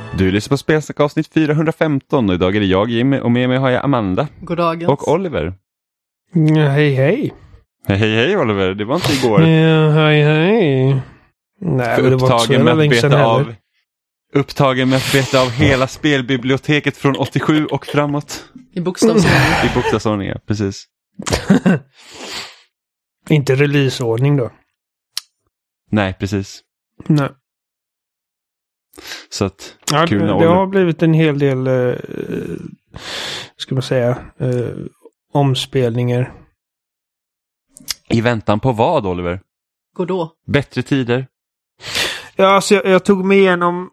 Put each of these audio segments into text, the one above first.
Du lyssnar på Spelsnack avsnitt 415 och idag är det jag, Jimmy, och med mig har jag Amanda. Goddagens. Och Oliver. Ja, hej hej. Hej Oliver, det var inte igår. Ja, hej. Nej, det var inte så jävla länge sedan heller. Upptagen med att beta av hela spelbiblioteket från 87 och framåt. I bokstavsordning. I bokstavsordning, ja, precis. Inte releaseordning då. Nej, precis. Nej. Så att, ja, kul det har blivit en hel del, ska man säga, omspelningar. I väntan på vad, Oliver? Godå? Bättre tider? Ja, alltså jag tog mig igenom,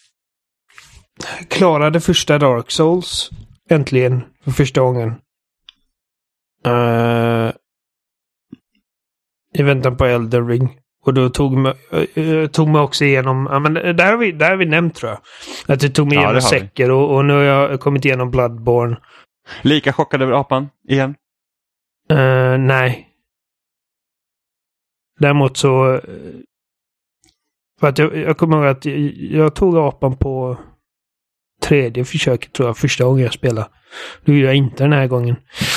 klarade första Dark Souls äntligen för första gången. I väntan på Elden Ring. Och då tog mig också igenom, ja, men där har vi nämnt, tror jag. Att det tog mig igenom Sekiro och nu har jag kommit igenom Bloodborne. Lika chockad över apan igen? Nej. Däremot så, för att jag kommer ihåg att jag tog apan på tredje försöket, tror jag, första gången jag spelade. Det gjorde jag inte den här gången.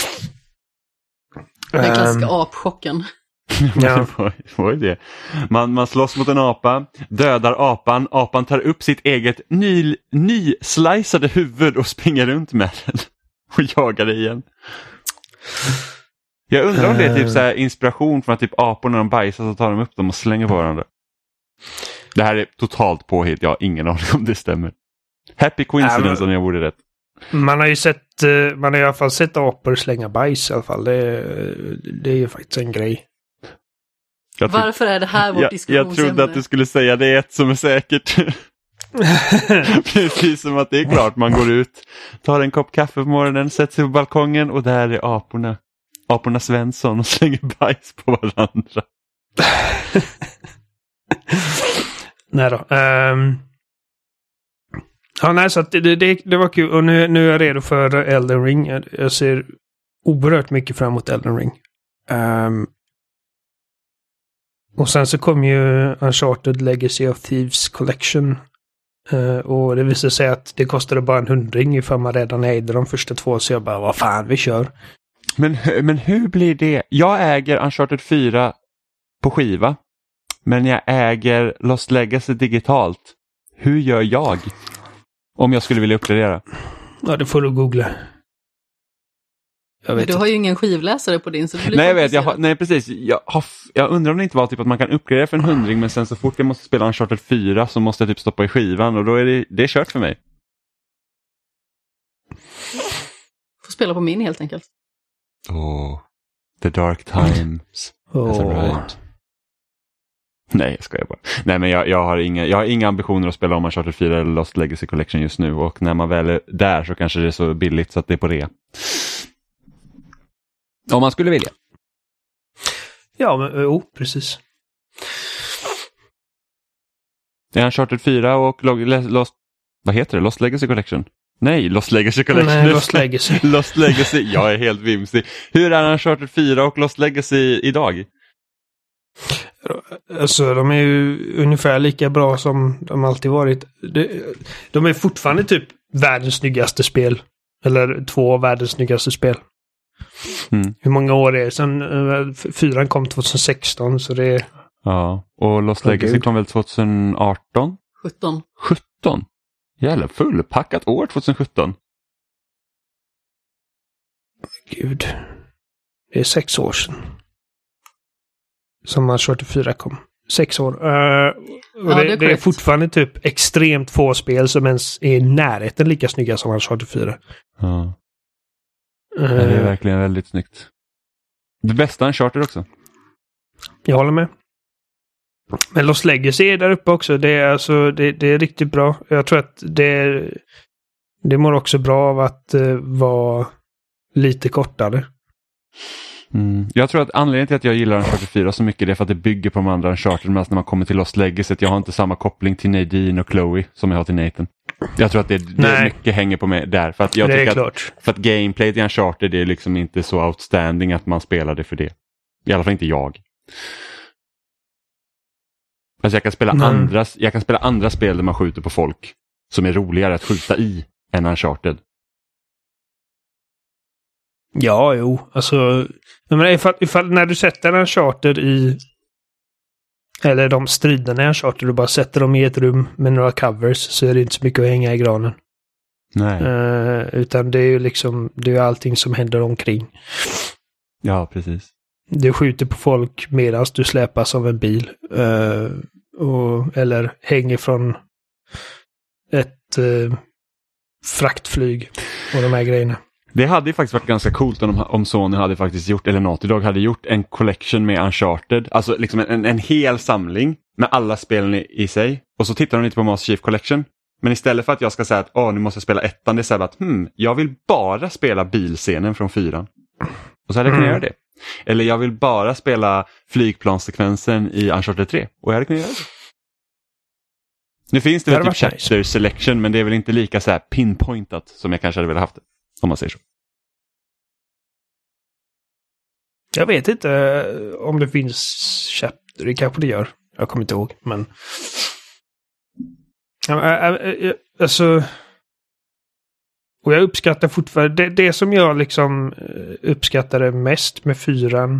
Den klassiska apchocken. Ja. Vad är det? Man slåss mot en apa, dödar apan tar upp sitt eget nysliceade huvud och springer runt med den och jagar det igen. Jag undrar om det är typ så här inspiration från att typ apor när de bajsar så tar de upp dem och slänger på varandra. Det här är totalt påhitt, jag har ingen aning om det stämmer. Happy coincidence om jag vore rätt. Man har i alla fall sett apor slänga bajs i alla fall. Det är ju faktiskt en grej. Varför är det här vårt diskussionsämne? Jag trodde att du skulle säga det är ett som är säkert. Precis som att det är klart, man går ut, tar en kopp kaffe på morgonen, sätter sig på balkongen och där är aporna Svensson och slänger bajs på varandra. Nej då. Ja, nej, så att det var kul. Och nu är jag redo för Elden Ring. Jag ser oerhört mycket fram emot Elden Ring. Och sen så kom ju Uncharted Legacy of Thieves Collection. Och det visade sig att det kostade bara 100 ifall man redan ägde de första två. Så jag bara, vad fan, vi kör. Men hur blir det? Jag äger Uncharted 4 på skiva. Men jag äger Lost Legacy digitalt. Hur gör jag? Om jag skulle vilja uppgradera. Ja, det får du googla. Men du har ju ingen skivläsare på din, så det blir nej, jag vet. Nej, precis. Jag undrar om det inte var typ att man kan uppgradera för en 100, men sen så fort jag måste spela Uncharted 4 så måste jag typ stoppa i skivan och då är det kört för mig. Får spela på min helt enkelt. The dark times. Right? Nej, jag skojar bara. Nej, men jag har inga ambitioner att spela om Uncharted 4 eller Lost Legacy Collection just nu. Och när man väl är där så kanske det är så billigt så att det är på rea. Om man skulle vilja. Ja, men precis. Det är Uncharted 4 och Lost... Vad heter det? Lost Legacy Collection? Nej, Lost Legacy Collection. Nej, Lost Legacy. Lost Legacy. Jag är helt vimsig. Hur är Uncharted 4 och Lost Legacy idag? Alltså, de är ju ungefär lika bra som de alltid varit. De är fortfarande typ världens snyggaste spel. Eller 2 av världens snyggaste spel. Hur många år är det? Sen 4 kom 2016, så det är... Ja, och Lost Legacy kom väl 2018? 17? Jävla fullpackat år 2017. Gud. Det är 6 år sedan. Som Uncharted 4 kom. 6 år. Och det är fortfarande typ extremt få spel som ens är i närheten lika snygga som Uncharted 4. Ja. Det är verkligen väldigt snyggt. Det bästa Uncharted också. Jag håller med. Men Lost Legacy är där uppe också. Det är riktigt bra. Jag tror att det mår också bra av att vara lite kortare. Jag tror att anledningen till att jag gillar Uncharted 4 så mycket är för att det bygger på de andra Uncharted, medan när man kommer till Lost Legacy jag har inte samma koppling till Nadine och Chloe som jag har till Nathan. Jag tror att det mycket hänger på mig där, för att jag tycker för att gameplayet i Uncharted är liksom inte så outstanding att man spelar det för det. I alla fall inte jag. Alltså jag kan spela andra spel där man skjuter på folk som är roligare att skjuta i än Uncharted. Ja, jo. Alltså, ifall när du sätter Uncharted i eller de striderna i Uncharted, du bara sätter dem i ett rum med några covers så är det inte så mycket att hänga i granen. Nej. Utan det är ju liksom, det är allting som händer omkring. Ja, precis. Du skjuter på folk medan du släpas av en bil. Eller hänger från ett fraktflyg och de här grejerna. Det hade ju faktiskt varit ganska coolt om Sony hade faktiskt gjort, eller Naughty Dog hade gjort en collection med Uncharted. Alltså liksom en hel samling med alla spelen i sig. Och så tittar de lite på Master Chief Collection. Men istället för att jag ska säga att nu måste jag spela ettan, det är så här att jag vill bara spela bilscenen från 4. Och så hade jag kunnat göra det. Eller jag vill bara spela flygplanssekvensen i Uncharted 3. Och jag hade kunnat göra det. Nu finns det väl typ chapter selection, men det är väl inte lika så här pinpointat som jag kanske hade velat haft det. Om man säger så. Jag vet inte om det finns chapter. Det kanske det gör. Jag kommer inte ihåg, men alltså, och jag uppskattar fortfarande det som jag liksom uppskattade mest med 4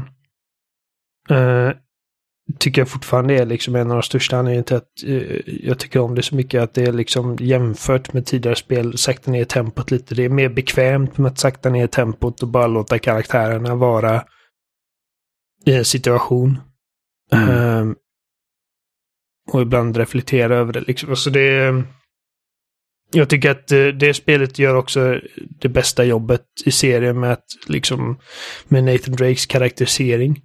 tycker jag fortfarande är liksom en av de största anledningarna till att jag tycker om det så mycket, att det är liksom jämfört med tidigare spel sakta ner tempot lite. Det är mer bekvämt med att sakta ner tempot och bara låta karaktärerna vara i en situation. Och ibland reflektera över det liksom. Alltså jag tycker att det spelet gör också det bästa jobbet i serien med att liksom med Nathan Drakes karaktärisering.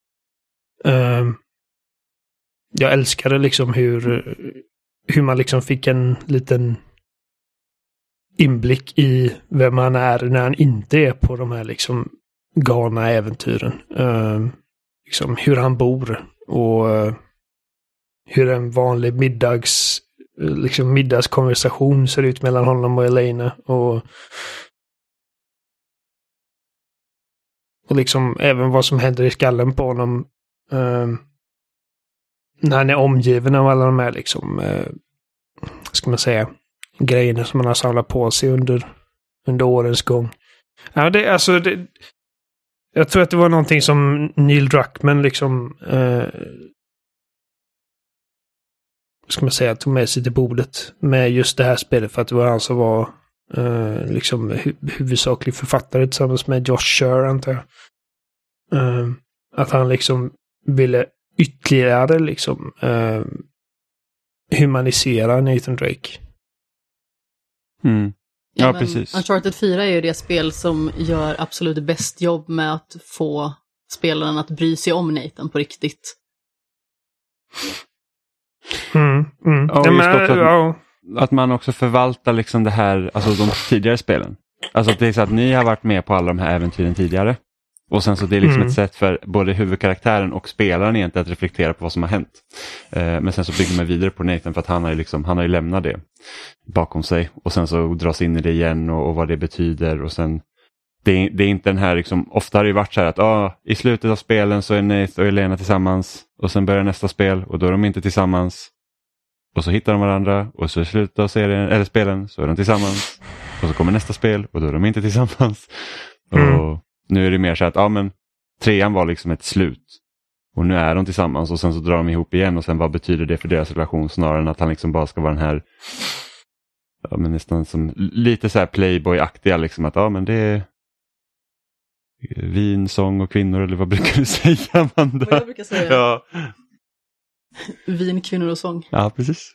Jag älskade liksom hur man liksom fick en liten inblick i vem han är när han inte är på de här liksom galna äventyren. Liksom hur han bor och hur en vanlig middagskonversation ser ut mellan honom och Elena och liksom även vad som händer i skallen på honom när han är omgiven av alla de här liksom ska man säga grejerna som man har samlat på sig under årens gång. Ja, jag tror att det var någonting som Neil Druckmann liksom ska man säga tog med sig till bordet med just det här spelet, för att det var han som var liksom huvudsaklig författare tillsammans med Josh Scher, antar jag. Att han liksom ville ytterligare liksom humanisera Nathan Drake. Ja, precis. Uncharted 4 är ju det spel som gör absolut bäst jobb med att få spelaren att bry sig om Nathan på riktigt. Att man också förvaltar liksom det här, alltså de tidigare spelen. Alltså det är så att ni har varit med på alla de här äventyren tidigare. Och sen så det är liksom ett sätt för både huvudkaraktären och spelaren egentligen att reflektera på vad som har hänt. Men sen så bygger man vidare på Nathan för att han har ju lämnat det bakom sig. Och sen så dras in i det igen och vad det betyder. Och sen, det är inte den här liksom, ofta har det ju varit så här att i slutet av spelen så är Nathan och Elena tillsammans. Och sen börjar nästa spel och då är de inte tillsammans. Och så hittar de varandra och så i slutet av spelen så är de tillsammans. Och så kommer nästa spel och då är de inte tillsammans. Och nu är det mer så att men 3:an var liksom ett slut. Och nu är de tillsammans och sen så drar de ihop igen. Och sen vad betyder det för deras relation, snarare än att han liksom bara ska vara den här men nästan som lite så här playboy-aktiga liksom, att men det är vin, sång och kvinnor, eller vad brukar du säga, Amanda? Vad jag brukar säga. Ja. Vin, kvinnor och sång. Ja, precis.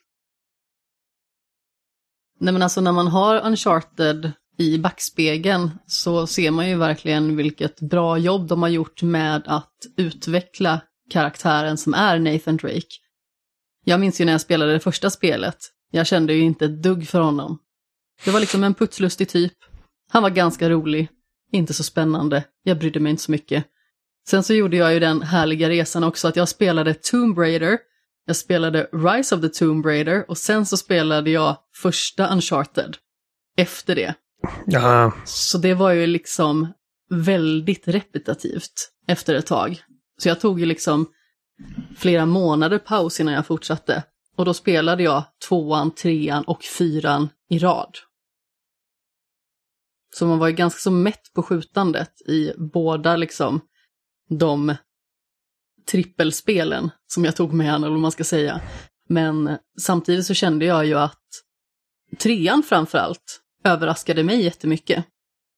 Nej, men alltså när man har Uncharted i backspegeln så ser man ju verkligen vilket bra jobb de har gjort med att utveckla karaktären som är Nathan Drake. Jag minns ju när jag spelade det första spelet. Jag kände ju inte ett dugg för honom. Det var liksom en putslustig typ. Han var ganska rolig. Inte så spännande. Jag brydde mig inte så mycket. Sen så gjorde jag ju den härliga resan också att jag spelade Tomb Raider. Jag spelade Rise of the Tomb Raider. Och sen så spelade jag första Uncharted. Efter det. Ja. Så det var ju liksom väldigt repetitivt efter ett tag. Så jag tog ju liksom flera månader paus innan jag fortsatte. Och då spelade jag 2:an, 3:an och 4:an i rad. Så man var ju ganska så mätt på skjutandet i båda liksom de trippelspelen som jag tog med han, eller vad man ska säga. Men samtidigt så kände jag ju att 3:an framförallt överraskade mig jättemycket.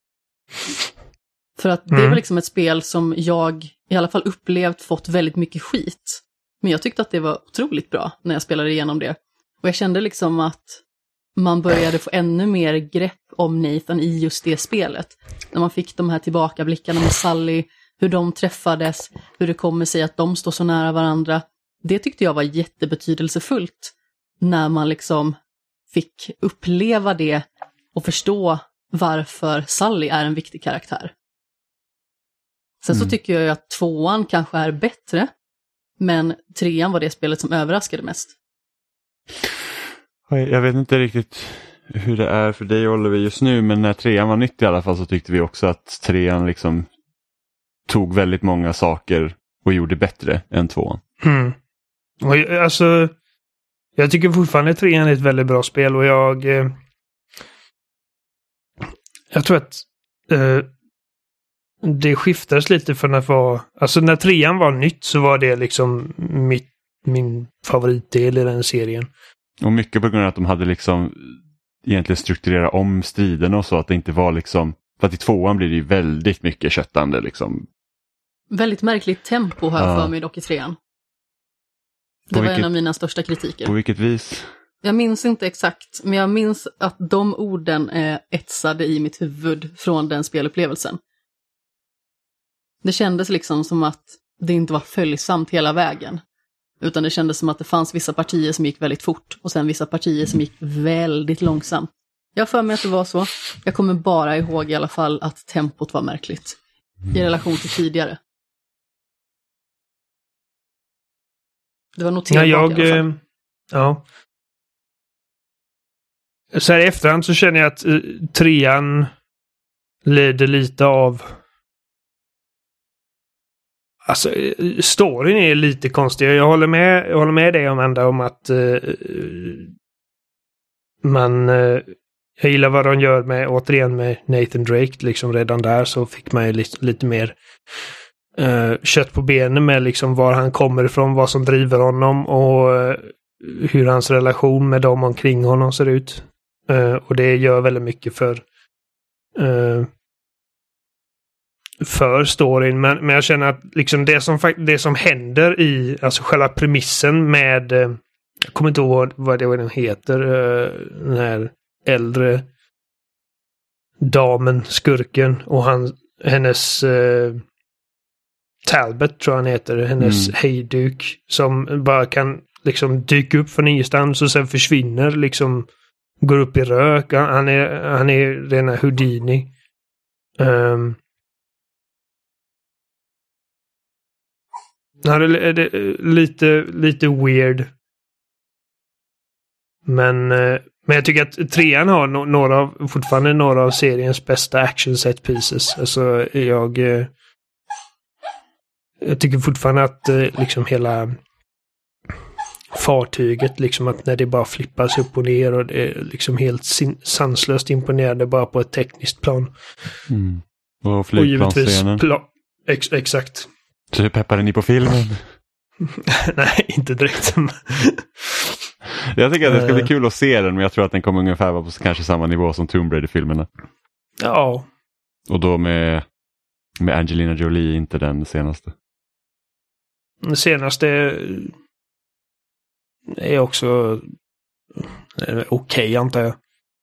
För att det var liksom ett spel som jag i alla fall upplevt fått väldigt mycket skit. Men jag tyckte att det var otroligt bra när jag spelade igenom det. Och jag kände liksom att man började få ännu mer grepp om Nathan i just det spelet. När man fick de här tillbakablickarna med Sully, hur de träffades, hur det kommer sig att de står så nära varandra. Det tyckte jag var jättebetydelsefullt när man liksom fick uppleva det och förstå varför Sully är en viktig karaktär. Sen så tycker jag att 2:an kanske är bättre, men 3:an var det spelet som överraskade mest. Jag vet inte riktigt hur det är för dig och Oliver just nu, men när 3:an var nytt i alla fall så tyckte vi också att 3:an liksom tog väldigt många saker och gjorde bättre än 2:an. Och alltså, jag tycker fortfarande 3:an är ett väldigt bra spel, och jag tror att det skiftades lite från att vara... Alltså när 3:an var nytt så var det liksom min favoritdel i den serien. Och mycket på grund av att de hade liksom egentligen strukturerat om striden och så, att det inte var liksom... För att i 2:an blir det ju väldigt mycket köttande liksom. Väldigt märkligt tempo har jag för mig dock i 3:an. Det var en av mina största kritiker. På vilket vis? Jag minns inte exakt, men jag minns att de orden är etsade i mitt huvud från den spelupplevelsen. Det kändes liksom som att det inte var följsamt hela vägen. Utan det kändes som att det fanns vissa partier som gick väldigt fort och sen vissa partier som gick väldigt långsamt. Jag har för mig att det var så. Jag kommer bara ihåg i alla fall att tempot var märkligt i relation till tidigare. Det var noterbart i alla fall. Ja. Så här i efterhand så känner jag att 3:an lider lite av... Alltså, storyn är lite konstig. Jag håller med dig, Amanda, om att jag gillar vad de gör med Nathan Drake. Liksom redan där så fick man ju lite mer kött på benen med liksom var han kommer ifrån, vad som driver honom och hur hans relation med dem omkring honom ser ut. Och det gör väldigt mycket för storyn, men jag känner att liksom det som händer i alltså själva premissen med jag kommer inte ihåg vad den heter, den här äldre damen, skurken, och hennes Talbot tror jag han heter, hennes hejduk som bara kan liksom dyka upp från ingenstans och sen försvinner, liksom går upp i rök. Han är rena Houdini. Han är lite weird. Men jag tycker att 3:an har fortfarande några av seriens bästa action set pieces. Alltså jag tycker fortfarande att liksom hela fartyget, liksom att när det bara flippas upp och ner och det är liksom helt sanslöst imponerande bara på ett tekniskt plan. Och flygplansscenen. Exakt. Så hur peppade ni på filmen? Nej, inte direkt. Jag tycker att det ska bli kul att se den, men jag tror att den kommer ungefär vara på kanske samma nivå som Tomb Raider-filmerna. Ja. Och då med Angelina Jolie, inte den senaste. Den senaste är också okej, antar jag.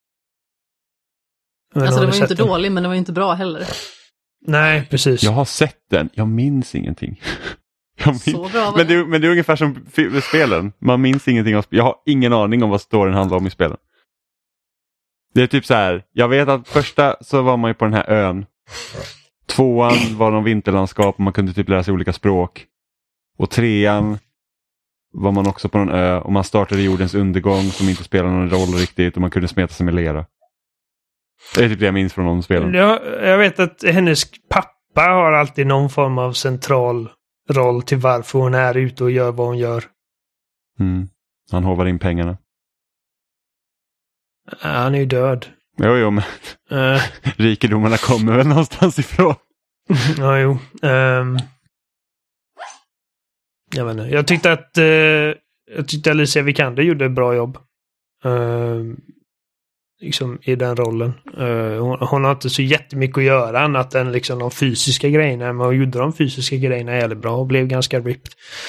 Alltså det var ju inte dålig, men det var ju inte bra heller. Nej, precis. Jag har sett den, jag minns ingenting. Så bra, men det är ungefär som spelen. Man minns ingenting av. Jag har ingen aning om vad storyn handlar om i spelen. Det är typ så här. Jag vet att första så var man ju på den här ön. 2:an var någon vinterlandskap och man kunde typ lära sig olika språk. Och 3:an var man också på någon ö och man startade jordens undergång som inte spelade någon roll riktigt och man kunde smeta sig med lera. Det är typ det jag minns från de spelen. Jag vet att hennes pappa har alltid någon form av central roll till varför hon är ute och gör vad hon gör. Han hovar in pengarna. Han är ju död. Jo, men rikedomarna kommer väl någonstans ifrån. Ja, jo. Jag vet inte. Jag tyckte Alicia Vikander gjorde ett bra jobb. Liksom i den rollen. Hon har inte så jättemycket att göra annat än liksom de fysiska grejerna. Men hon gjorde de fysiska grejerna jävligt bra och blev ganska ripped.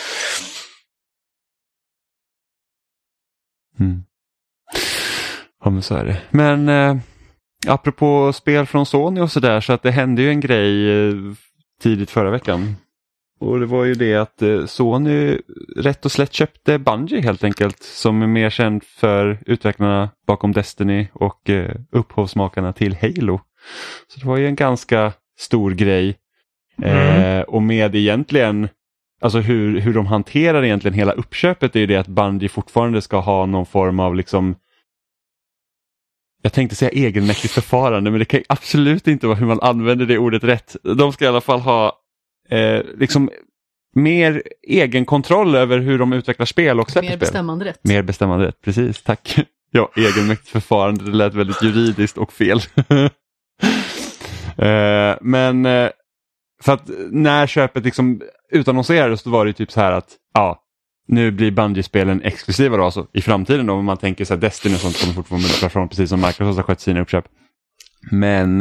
Ja, men så är det. Men apropå spel från Sony och sådär, så att det hände ju en grej tidigt förra veckan. Och det var ju det att Sony rätt och slätt köpte Bungie helt enkelt, som är mer känd för utvecklarna bakom Destiny och upphovsmakarna till Halo. Så det var ju en ganska stor grej. Och med egentligen, alltså hur de hanterar egentligen hela uppköpet är ju det att Bungie fortfarande ska ha någon form av liksom, jag tänkte säga egenmäktigt förfarande, men det kan absolut inte vara hur man använder det ordet rätt. De ska i alla fall ha liksom mer egen kontroll över hur de utvecklar spel och släpper spel. Bestämmanderätt. Mer bestämmanderätt, precis, tack. Ja, egenmäktigt förfarande, det lät väldigt juridiskt och fel. Men för att när köpet liksom utannonserades så var det typ så här att nu blir Bungie-spelen exklusiva då, alltså i framtiden då, om man tänker så här Destiny och sånt kommer fortfarande multiplattform, precis som Microsoft har skött sina uppköp. Men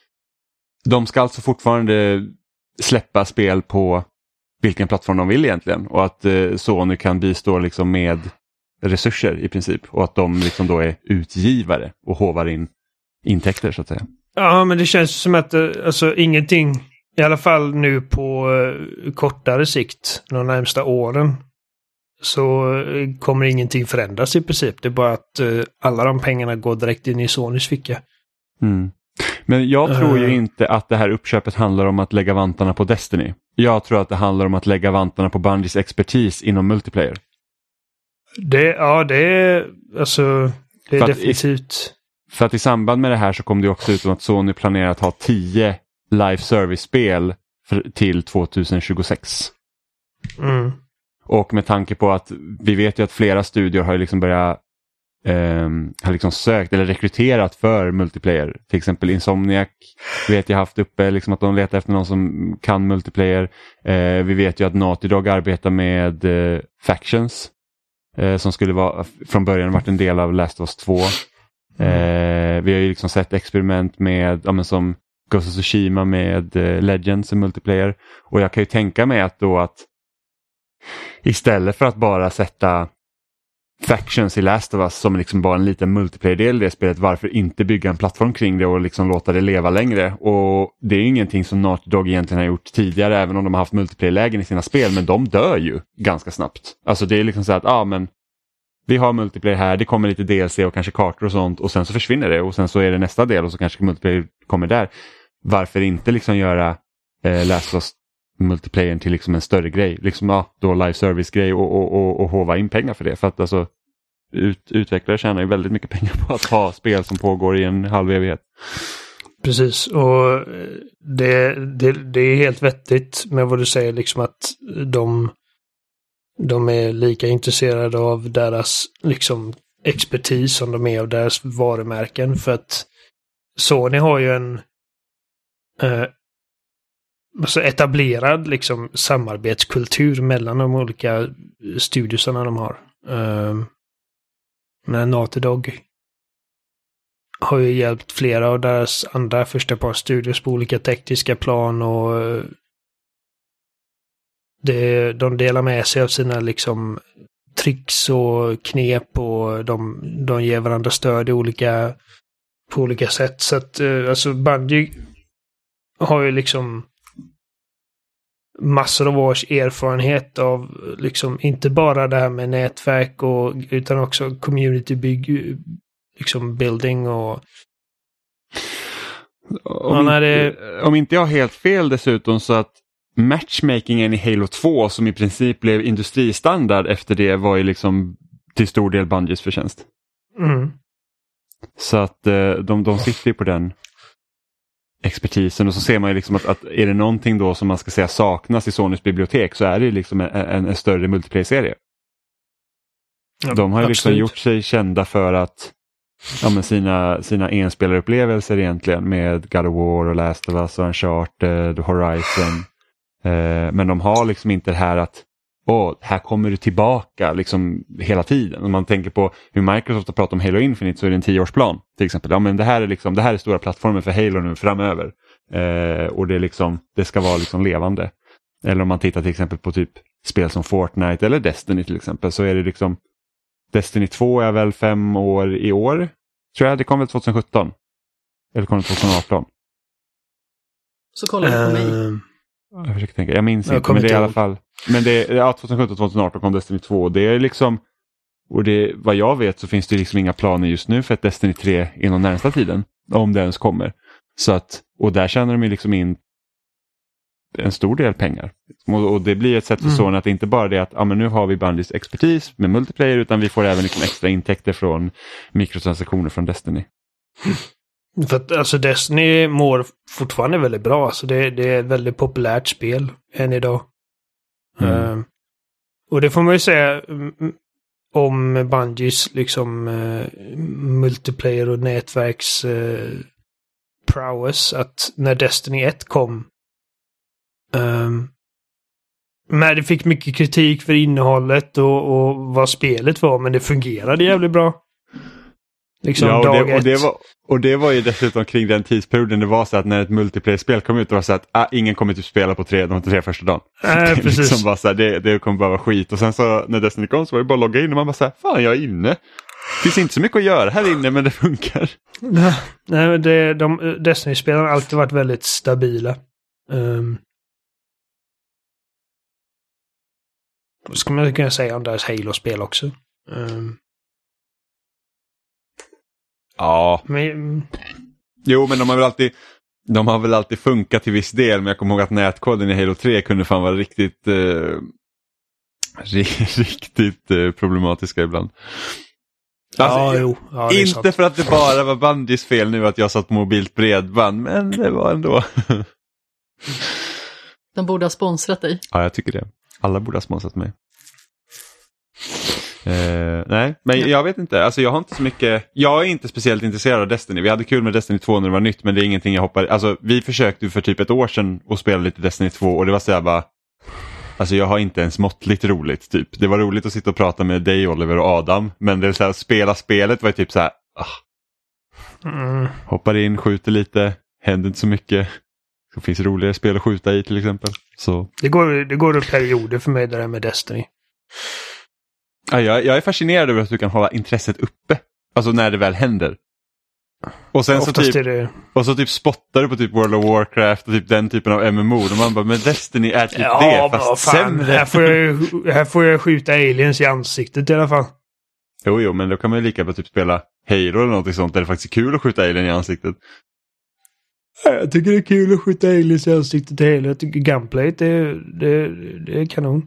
de ska alltså fortfarande släppa spel på vilken plattform de vill egentligen, och att Sony kan bistå liksom med resurser i princip, och att de liksom då är utgivare och hovar in intäkter så att säga. Ja, men det känns som att alltså ingenting, i alla fall nu på kortare sikt, de närmsta åren, så kommer ingenting förändras i princip. Det är bara att alla de pengarna går direkt in i Sonys ficka. Men jag tror ju inte att det här uppköpet handlar om att lägga vantarna på Destiny. Jag tror att det handlar om att lägga vantarna på Bungies expertis inom multiplayer. Det är definitivt. För att i samband med det här så kom det också ut om att Sony planerar att ha 10 live service-spel till 2026. Och med tanke på att vi vet ju att flera studior har liksom börjat har liksom sökt eller rekryterat för multiplayer. Till exempel Insomniac vet jag haft uppe liksom att de letar efter någon som kan multiplayer. Vi vet ju att Naughty Dog arbetar med Factions som skulle vara från början varit en del av Last of Us 2. Vi har ju liksom sett experiment med som Ghost of Tsushima med Legends i multiplayer. Och jag kan ju tänka mig att då att istället för att bara sätta Factions i Last of Us som liksom bara en liten multiplayer-del i det spelet, varför inte bygga en plattform kring det och liksom låta det leva längre? Och det är ju ingenting som Naughty Dog egentligen har gjort tidigare, även om de har haft multiplayer-lägen i sina spel, men de dör ju ganska snabbt. Alltså det är liksom så att men vi har multiplayer här, det kommer lite DLC och kanske kartor och sånt, och sen så försvinner det, och sen så är det nästa del och så kanske multiplayer kommer där. Varför inte liksom göra Last of Us multiplayern till liksom en större grej, liksom då live service grej och hova in pengar för det, för att alltså utvecklare tjänar ju väldigt mycket pengar på att ha spel som pågår i en halv evighet. Precis, och det är helt vettigt med vad du säger, liksom att de är lika intresserade av deras liksom expertis som de är av deras varumärken, för att Sony har ju en etablerad liksom samarbetskultur mellan de olika studiosarna de har. Men Naughty Dog har ju hjälpt flera av deras andra första par studios på olika tekniska plan, och de delar med sig av sina liksom tricks och knep, och de ger varandra stöd på olika sätt. Så att alltså Bungie har ju liksom massor av års erfarenhet av liksom inte bara det här med nätverk utan också community building och om inte jag har helt fel dessutom, så att matchmakingen i Halo 2 som i princip blev industristandard efter det var ju liksom till stor del Bungies förtjänst. Så att de sitter ju på den expertisen, och så ser man ju liksom att är det någonting då som man ska säga saknas i Sonys bibliotek, så är det liksom en större multiplayer-serie. De har ju liksom gjort sig kända för att men sina enspelarupplevelser egentligen med God of War och Last of Us och Uncharted och Horizon. Men de har liksom inte det här att här kommer du tillbaka liksom hela tiden. Om man tänker på hur Microsoft har pratat om Halo Infinite så är det en 10-årsplan till exempel. Ja, men det här är stora plattformen för Halo nu framöver. Och det är liksom, det ska vara liksom levande. Eller om man tittar till exempel på typ spel som Fortnite eller Destiny till exempel, så är det liksom Destiny 2 är väl 5 år i år. Tror jag det kom väl 2017. Eller kom det 2018? Så kollar du på mig. Jag försöker tänka, jag minns inte, men det är i alla fall. Men det är 2017-2018 kom Destiny 2. Det är liksom, och det, vad jag vet så finns det liksom inga planer just nu för ett Destiny 3 inom närmsta tiden. Om det ens kommer. Så att, och där tjänar de ju liksom in en stor del pengar. Och det blir ett sätt för Sony att det inte bara är att men nu har vi Bungies expertis med multiplayer, utan vi får även liksom extra intäkter från mikrotransaktioner från Destiny. För att alltså Destiny mår fortfarande väldigt bra. Alltså det är ett väldigt populärt spel än idag. Och det får man ju säga om Bungies liksom multiplayer och nätverks prowess, att när Destiny 1 kom men det fick mycket kritik för innehållet och vad spelet var, men det fungerade jävligt bra. Liksom och det var ju dessutom kring den tidsperioden det var så att när ett multiplayer-spel kom ut, det var så att ingen kommer typ spela på de 3 första dagen. Precis. Liksom bara så här, det kommer bara vara skit. Och sen så när Destiny kom så var det bara att logga in och man bara så här, fan jag är inne. Det finns inte så mycket att göra här inne, men det funkar. Nej, Destiny-spelen har alltid varit väldigt stabila. Då ska man kunna säga om deras Halo-spel också. Ja. Jo, men de har väl alltid funkat till viss del, men jag kommer ihåg att nätkoden i Halo 3 kunde fan vara riktigt problematiska ibland. Alltså, inte för att det bara var Bungies fel nu att jag satt på mobilt bredband, men det var ändå. De borde ha sponsrat dig. Ja, jag tycker det. Alla borde ha sponsrat mig. Nej, men jag vet inte. Alltså jag har inte så mycket. Jag är inte speciellt intresserad av Destiny. Vi hade kul med Destiny 2 när det var nytt, men det är ingenting jag hoppar. Alltså vi försökte för typ ett år sedan att spela lite Destiny 2 och det var så här bara. Alltså jag har inte ens måttligt roligt typ. Det var roligt att sitta och prata med dig, Oliver och Adam, men det är så här, spela spelet var typ så här. Hoppar in, skjuter lite, händer inte så mycket. Det finns roligare spel att skjuta i till exempel. Så. Det går i perioder för mig där med Destiny. Ja, jag är fascinerad över att du kan hålla intresset uppe. Alltså när det väl händer. Och sen så typ, och så typ spottar du på typ World of Warcraft och typ den typen av MMO. Och man bara, men Destiny är typ det, fast sämre. Här får jag skjuta aliens i ansiktet i alla fall. Jo, men då kan man ju lika bra typ spela Halo eller något sånt där det faktiskt är kul att skjuta alien i ansiktet. Jag tycker det är kul att skjuta aliens i ansiktet i Halo. Jag tycker gameplayet det är kanon.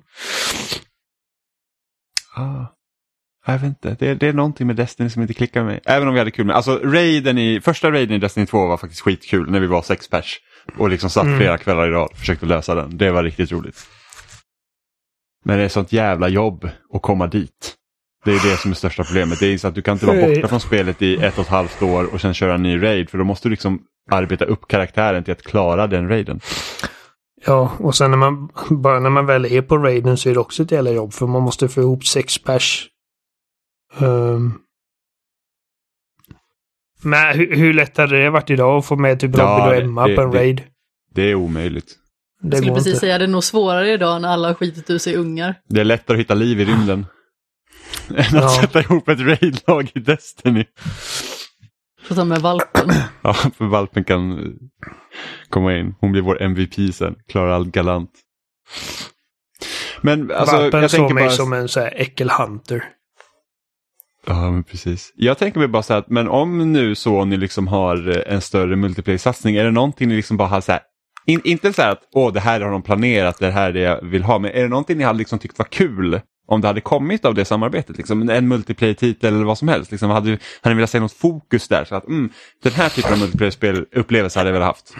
Jag vet inte. Det är någonting med Destiny som inte klickar med mig. Även om vi hade kul med. Alltså första raiden i Destiny 2 var faktiskt skitkul när vi var 6 pers. Och liksom satt flera kvällar i rad och försökte lösa den. Det var riktigt roligt. Men det är sånt jävla jobb att komma dit. Det är det som är största problemet. Det är så att du kan inte vara borta från spelet i 1,5 år och sen köra en ny raid. För då måste du liksom arbeta upp karaktären till att klara den raiden. Ja, och sen när man väl är på raiden så är det också ett jävla jobb. För man måste få ihop 6 pers. Men hur lätt hade det varit idag att få med typ Robin och Emma på en raid? Det är omöjligt. Jag skulle precis säga det är nog svårare idag när alla har skitit ur sig ungar. Det är lättare att hitta liv i rymden än att sätta ihop ett raidlag i Destiny. För ta med valpen. Ja, för valpen kan komma in. Hon blir vår MVP sen. Klarar allt galant. Men alltså, valpen jag tänker mig bara som en så här äckelhunter. Ja, men precis. Jag tänker mig bara så här att, men om nu så ni liksom har en större multiplayer-satsning, är det någonting ni liksom bara har så här, inte så här att det här har de planerat, det här är det jag vill ha, men är det någonting ni hade liksom tyckt var kul om det hade kommit av det samarbetet, liksom en multiplayer-titel eller vad som helst, liksom hade ni velat se något fokus där så att den här typen av multiplayer-spel-upplevelse hade jag väl haft.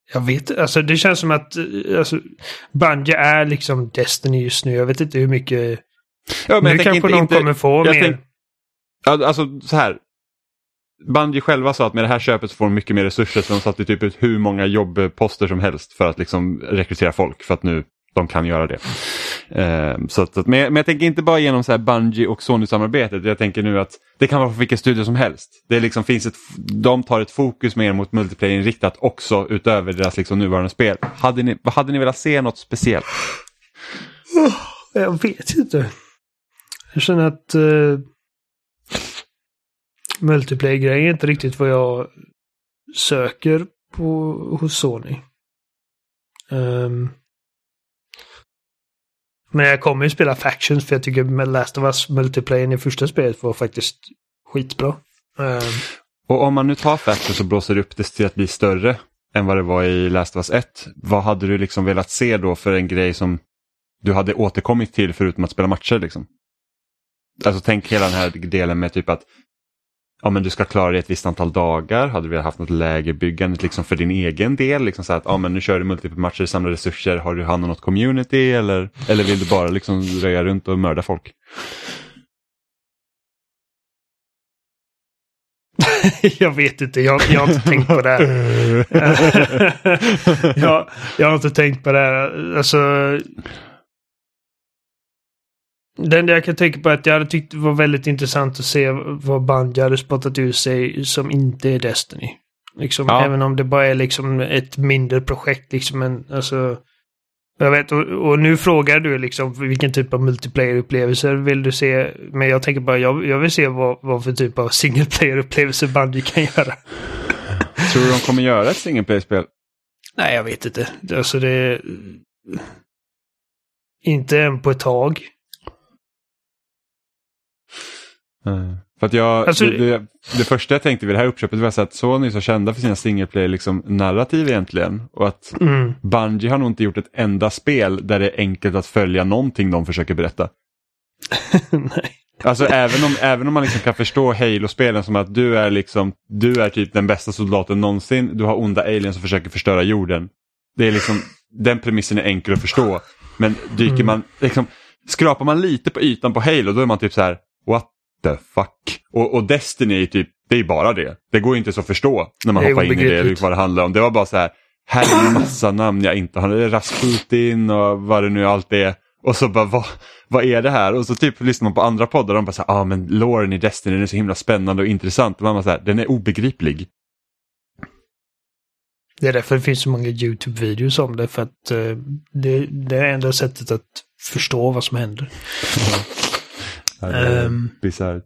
Jag vet, alltså det känns som att Bungie är liksom Destiny just nu. Jag vet inte hur mycket... Ja, men nu kanske de kommer få mer... Alltså så här. Bungie själva sa att med det här köpet så får de mycket mer resurser, så de satte typ ut hur många jobbposter som helst för att liksom rekrytera folk, för att nu de kan göra det. Men jag tänker inte bara genom så här Bungie och Sony-samarbetet. Jag tänker nu att det kan vara för vilken studio som helst. Det liksom de tar ett fokus mer mot multiplayer-inriktat också utöver deras liksom nuvarande spel. Hade ni velat se något speciellt? Jag vet inte. Jag känner att multiplayer-grejen är inte riktigt vad jag söker hos Sony. Men jag kommer ju spela Factions, för jag tycker Last of Us multiplayer i första spelet var faktiskt skitbra. Och om man nu tar Factions och blåser upp det till att bli större än vad det var i Last of Us 1, vad hade du liksom velat se då för en grej som du hade återkommit till förutom att spela matcher liksom? Alltså tänk hela den här delen med typ att men du ska klara det ett visst antal dagar. Hade vi haft något lägerbyggande liksom för din egen del? Liksom så att men nu kör du multiplayer-matcher, samlar resurser. Har du hand om något community? Eller vill du bara liksom röja runt och mörda folk? Jag vet inte. Jag har inte tänkt på det här. jag har inte tänkt på det här. Alltså... Det enda jag kan tänka på är att jag hade tyckt det var väldigt intressant att se vad Bungie hade spottat ur sig som inte är Destiny. Liksom, även om det bara är liksom ett mindre projekt. Liksom, jag vet, och nu frågar du liksom vilken typ av multiplayer-upplevelser vill du se. Men jag tänker bara, jag vill se vad för typ av single-player-upplevelser Bungie kan göra. Tror du de kommer göra ett single-player-spel? Nej, jag vet inte. Alltså det... Inte än på ett tag. För att det första jag tänkte vid det här uppköpet var att Sony är så kända för sina singleplayer liksom narrativ egentligen, och att Bungie har nog inte gjort ett enda spel där det är enkelt att följa någonting de försöker berätta. Nej. Alltså även om man liksom kan förstå Halo-spelen som att du är typ den bästa soldaten någonsin, du har onda aliens som försöker förstöra jorden. Det är liksom, den premissen är enkel att förstå, men dyker man liksom, skrapar man lite på ytan på Halo, då är man typ så här: what the fuck? Och Destiny är typ, det är bara det. Det går inte så att förstå när man hoppar in i det, vad det handlar om. Det var bara så här är en massa namn jag inte har. Det är Rasputin och vad det nu allt är. Och så bara, vad är det här? Och så typ lyssnar man på andra poddar och de bara så här, men loren i Destiny, den är så himla spännande och intressant. Och man bara så här, den är obegriplig. Det är därför det finns så många YouTube-videos om det, för att det är enda sättet att förstå vad som händer. Ja, det är bizarrt.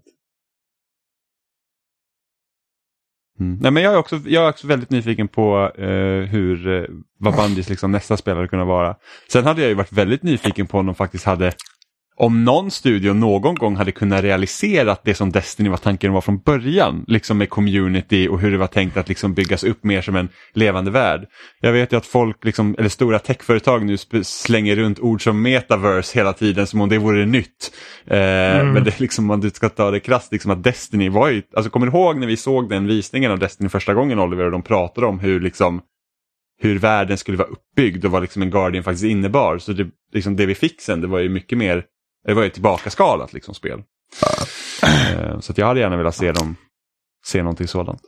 Nej, men jag är också väldigt nyfiken på vad Bungies liksom nästa spelare kunna vara. Sen hade jag ju varit väldigt nyfiken på om någon studio någon gång hade kunnat realisera det som Destiny var tanken var från början, liksom med community och hur det var tänkt att liksom byggas upp mer som en levande värld. Jag vet ju att folk liksom, eller stora techföretag nu slänger runt ord som metaverse hela tiden som om det vore nytt. Men det är liksom, man ska ta det krasst, liksom att Destiny var ju, alltså kommer du ihåg när vi såg den visningen av Destiny första gången, Oliver, och de pratade om hur världen skulle vara uppbyggd och vad liksom en Guardian faktiskt innebar. Så det, liksom det vi fick sen, det var ju mycket mer, det var ju tillbaka skalat liksom spel. Så att jag hade gärna velat se någonting sådant.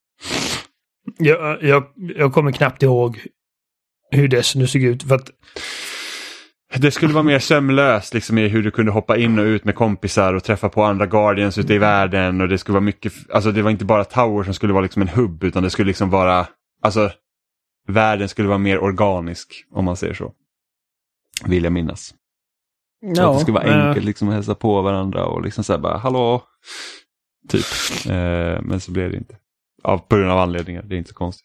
Jag kommer knappt ihåg hur det nu såg ut, för att det skulle vara mer sömlöst liksom, i hur du kunde hoppa in och ut med kompisar och träffa på andra Guardians ute i världen, och det skulle vara mycket, alltså det var inte bara Tower som skulle vara liksom en hubb, utan det skulle liksom vara, alltså världen skulle vara mer organisk, om man säger så. Vill jag minnas. Så att det skulle vara enkelt liksom att hälsa på varandra och liksom säga bara hallå typ. Men så blev det inte. På grund av anledningar, det är inte så konstigt.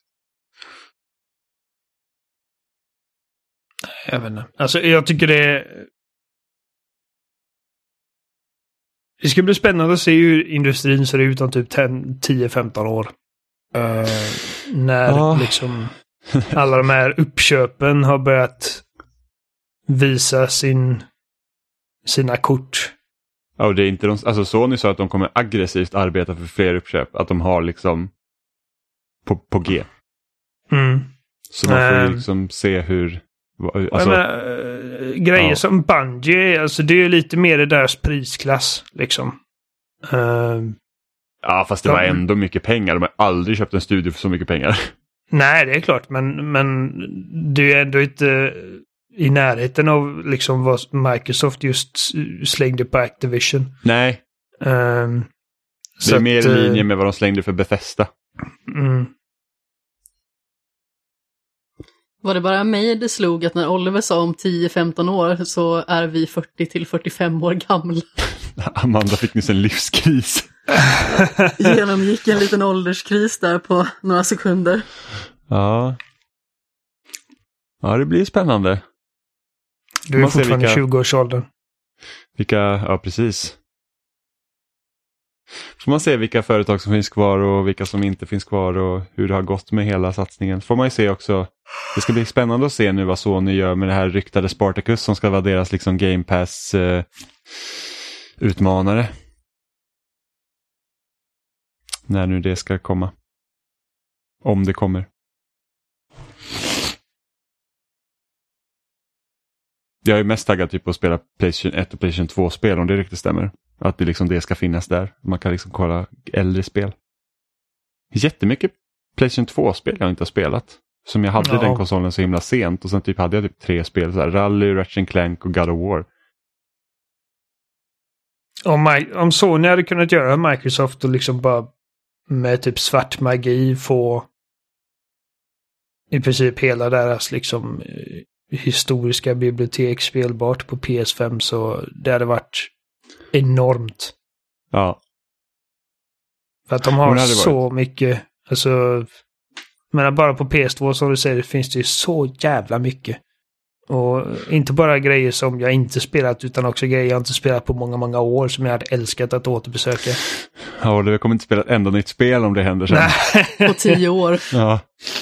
Jag vet inte. Alltså jag tycker det ska bli spännande att se hur industrin ser ut om typ 10-15 år. När liksom alla de här uppköpen har börjat visa sina kort. Ja, och det är inte alltså Sony sa att de kommer aggressivt arbeta för fler uppköp, att de har liksom på G. Så man får ju liksom se hur... Alltså, grejer som Bungie, alltså det är ju lite mer i deras prisklass liksom. Ja, fast det var ändå mycket pengar. De har aldrig köpt en studio för så mycket pengar. Nej, det är klart. Men det är ändå inte i närheten av liksom vad Microsoft just slängde på Activision. Nej. Det är mer i linje med vad de slängde för Bethesda. Var det bara mig det slog att när Oliver sa om 10-15 år så är vi 40-45 år gamla? Amanda fick nyss en livskris. Genomgick en liten ålderskris där på några sekunder. Ja, det blir spännande. Du är fortfarande 20-årsåldern. Ja, precis. Får man se vilka företag som finns kvar och vilka som inte finns kvar och hur det har gått med hela satsningen. Får man ju se också. Det ska bli spännande att se nu vad Sony gör med det här ryktade Spartacus som ska vara deras liksom Game Pass utmanare. När nu det ska komma. Om det kommer. Jag är mest taggad typ på att spela PlayStation 1 och PlayStation 2-spel om det riktigt stämmer. Att det ska finnas där. Man kan liksom kolla äldre spel. Jättemycket PlayStation 2-spel jag inte har spelat. Som jag hade den konsolen så himla sent. Och sen typ hade jag typ 3 spel. Så här, Rally, Ratchet & Clank och God of War. Om Sony hade kunnat göra Microsoft och liksom bara med typ svart magi få i princip hela deras liksom historiska bibliotek spelbart på PS5 så det hade varit enormt. Ja. För att de har så mycket, alltså men bara på PS2 som du säger finns det ju så jävla mycket. Och inte bara grejer som jag inte spelat utan också grejer jag inte spelat på många, många år som jag hade älskat att återbesöka. Ja, du kommer inte spela ett enda nytt spel om det händer sen. På 10 år. Ja.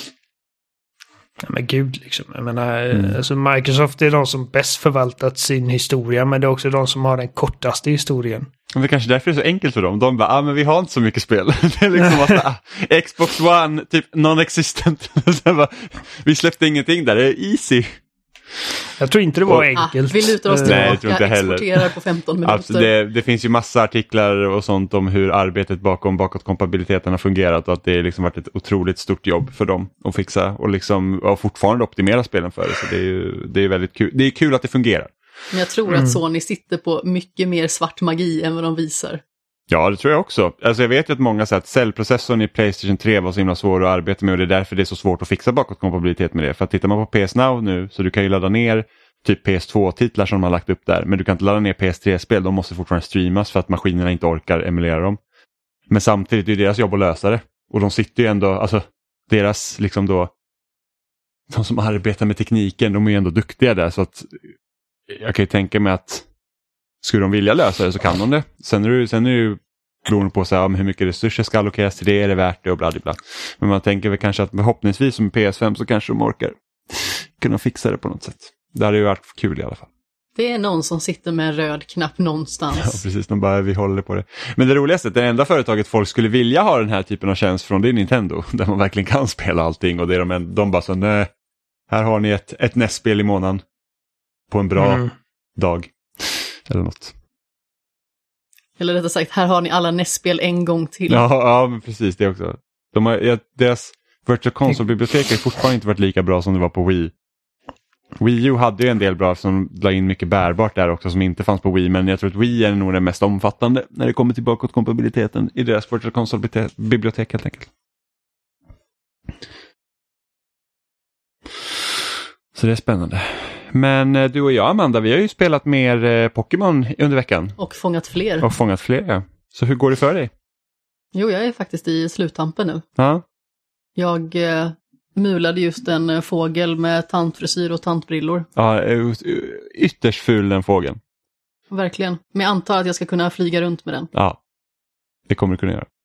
Ja, men gud liksom. Jag menar, alltså Microsoft är de som bäst förvaltat sin historia men det är också de som har den kortaste historien. Men det är kanske därför det är så enkelt för dem. De bara, men vi har inte så mycket spel. Det är liksom massa, Xbox One, typ non-existent. Vi släppte ingenting där, det är easy. Jag tror inte det var enkelt. Vi lutar oss tillbaka, exporterar på 15 minuter. Alltså det finns ju massa artiklar och sånt om hur arbetet bakom bakåtkompatibiliteten har fungerat och att det liksom varit ett otroligt stort jobb för dem att fixa och liksom och fortfarande optimera spelen för det. Så det är väldigt kul. Det är kul att det fungerar. Men jag tror att Sony sitter på mycket mer svart magi än vad de visar. Ja, det tror jag också. Alltså jag vet ju att många säger att cellprocessorn i PlayStation 3 var så himla svår att arbeta med och det är därför det är så svårt att fixa bakåtkompatibilitet med det. För att tittar man på PS Now nu så du kan ju ladda ner typ PS2-titlar som de har lagt upp där. Men du kan inte ladda ner PS3-spel, de måste fortfarande streamas för att maskinerna inte orkar emulera dem. Men samtidigt är det deras jobb att lösa det. Och de sitter ju ändå, alltså deras liksom då, de som arbetar med tekniken, de är ju ändå duktiga där så att jag kan ju tänka mig att skulle de vilja lösa det så kan de det. Sen är det ju beroende på så här, hur mycket resurser ska allokeras till det, är det värt det och bla bla bla. Men man tänker väl kanske att förhoppningsvis som PS5 så kanske de orkar kunna fixa det på något sätt. Det hade ju varit kul i alla fall. Det är någon som sitter med en röd knapp någonstans. Ja, precis. De bara, vi håller på det. Men det roligaste, det enda företaget folk skulle vilja ha den här typen av tjänst från, det är Nintendo. Där man verkligen kan spela allting och det är de bara så, nej, här har ni ett NES-spel i månaden på en bra dag. Eller något. Eller rättare sagt, här har ni alla NES-spel en gång till. Ja, men precis det också. Deras Virtual Console-bibliotek har fortfarande inte varit lika bra som det var på Wii. Wii U hade ju en del bra som la in mycket bärbart där också som inte fanns på Wii. Men jag tror att Wii är nog den mest omfattande när det kommer till bakåtkompatibiliteten i deras Virtual Console-bibliotek helt enkelt. Så det är spännande. Men du och jag, Amanda, vi har ju spelat mer Pokémon under veckan. Och fångat fler. Ja. Så hur går det för dig? Jo, jag är faktiskt i sluttampen nu. Ja. Jag mulade just en fågel med tantfrisyr och tantbrillor. Ja, ytterst ful den fågeln. Verkligen. Men jag antar att jag ska kunna flyga runt med den. Ja, det kommer du kunna göra.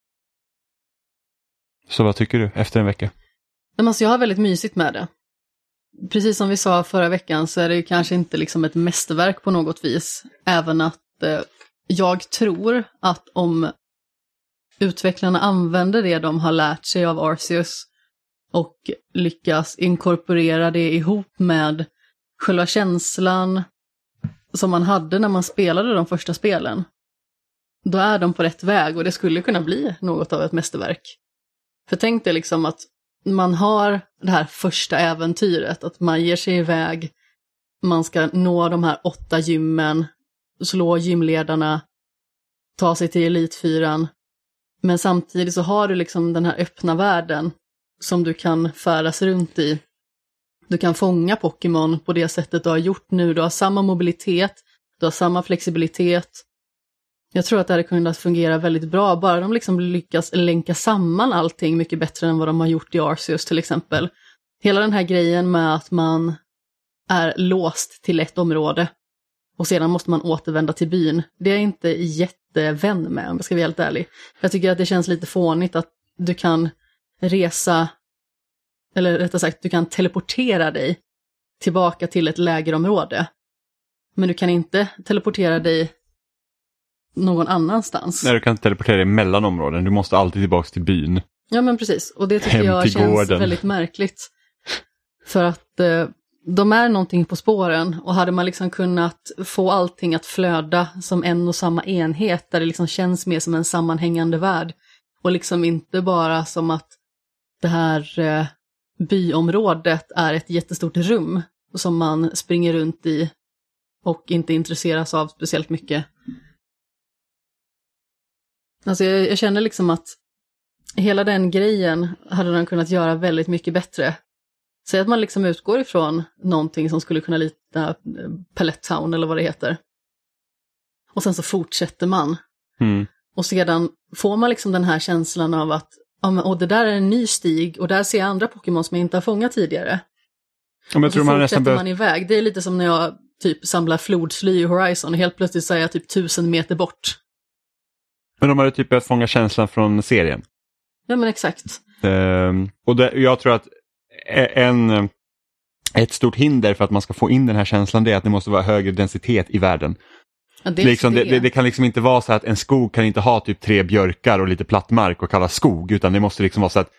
Så vad tycker du efter en vecka? Men alltså, jag har väldigt mysigt med det. Precis som vi sa förra veckan så är det ju kanske inte liksom ett mästerverk på något vis. Även att jag tror att om utvecklarna använder det de har lärt sig av Arceus och lyckas inkorporera det ihop med själva känslan som man hade när man spelade de första spelen. Då är de på rätt väg och det skulle kunna bli något av ett mästerverk. För tänk dig liksom att man har det här första äventyret, att man ger sig iväg, man ska nå de här 8 gymmen, slå gymledarna, ta sig till Elitfyran. Men samtidigt så har du liksom den här öppna världen som du kan färdas runt i. Du kan fånga Pokémon på det sättet du har gjort nu. Du har samma mobilitet, du har samma flexibilitet. Jag tror att det hade kunnat fungera väldigt bra. Bara de liksom lyckas länka samman allting mycket bättre än vad de har gjort i Arceus till exempel. Hela den här grejen med att man är låst till ett område och sedan måste man återvända till byn. Det är jag inte jättevän med, om jag ska vara helt ärlig. Jag tycker att det känns lite fånigt att du kan resa, eller rättare sagt, du kan teleportera dig tillbaka till ett lägerområde. Men du kan inte teleportera dig någon annanstans. Nej, du kan inte teleportera dig mellan områden. Du måste alltid tillbaka till byn. Ja, men precis. Och det tycker jag känns väldigt märkligt. För att de är någonting på spåren. Och hade man liksom kunnat få allting att flöda som en och samma enhet, där det liksom känns mer som en sammanhängande värld. Och liksom inte bara som att det här byområdet är ett jättestort rum som man springer runt i och inte intresseras av speciellt mycket. Alltså jag känner liksom att hela den grejen hade de kunnat göra väldigt mycket bättre. Säg att man liksom utgår ifrån någonting som skulle kunna likna Pallet Town eller vad det heter. Och sen så fortsätter man. Och sedan får man liksom den här känslan av att och det där är en ny stig och där ser jag andra Pokémon som jag inte har fångat tidigare. Ja, och så fortsätter man iväg. Det är lite som när jag typ samlar flodsly i Horizon och helt plötsligt så är jag typ 1000 meter bort. Men de hade typ börjat fånga känslan från serien. Ja, men exakt. Och jag tror att ett stort hinder för att man ska få in den här känslan, det är att det måste vara högre densitet i världen. Ja, det kan liksom inte vara så att en skog kan inte ha typ 3 björkar och lite platt mark och kallas skog, utan det måste liksom vara så att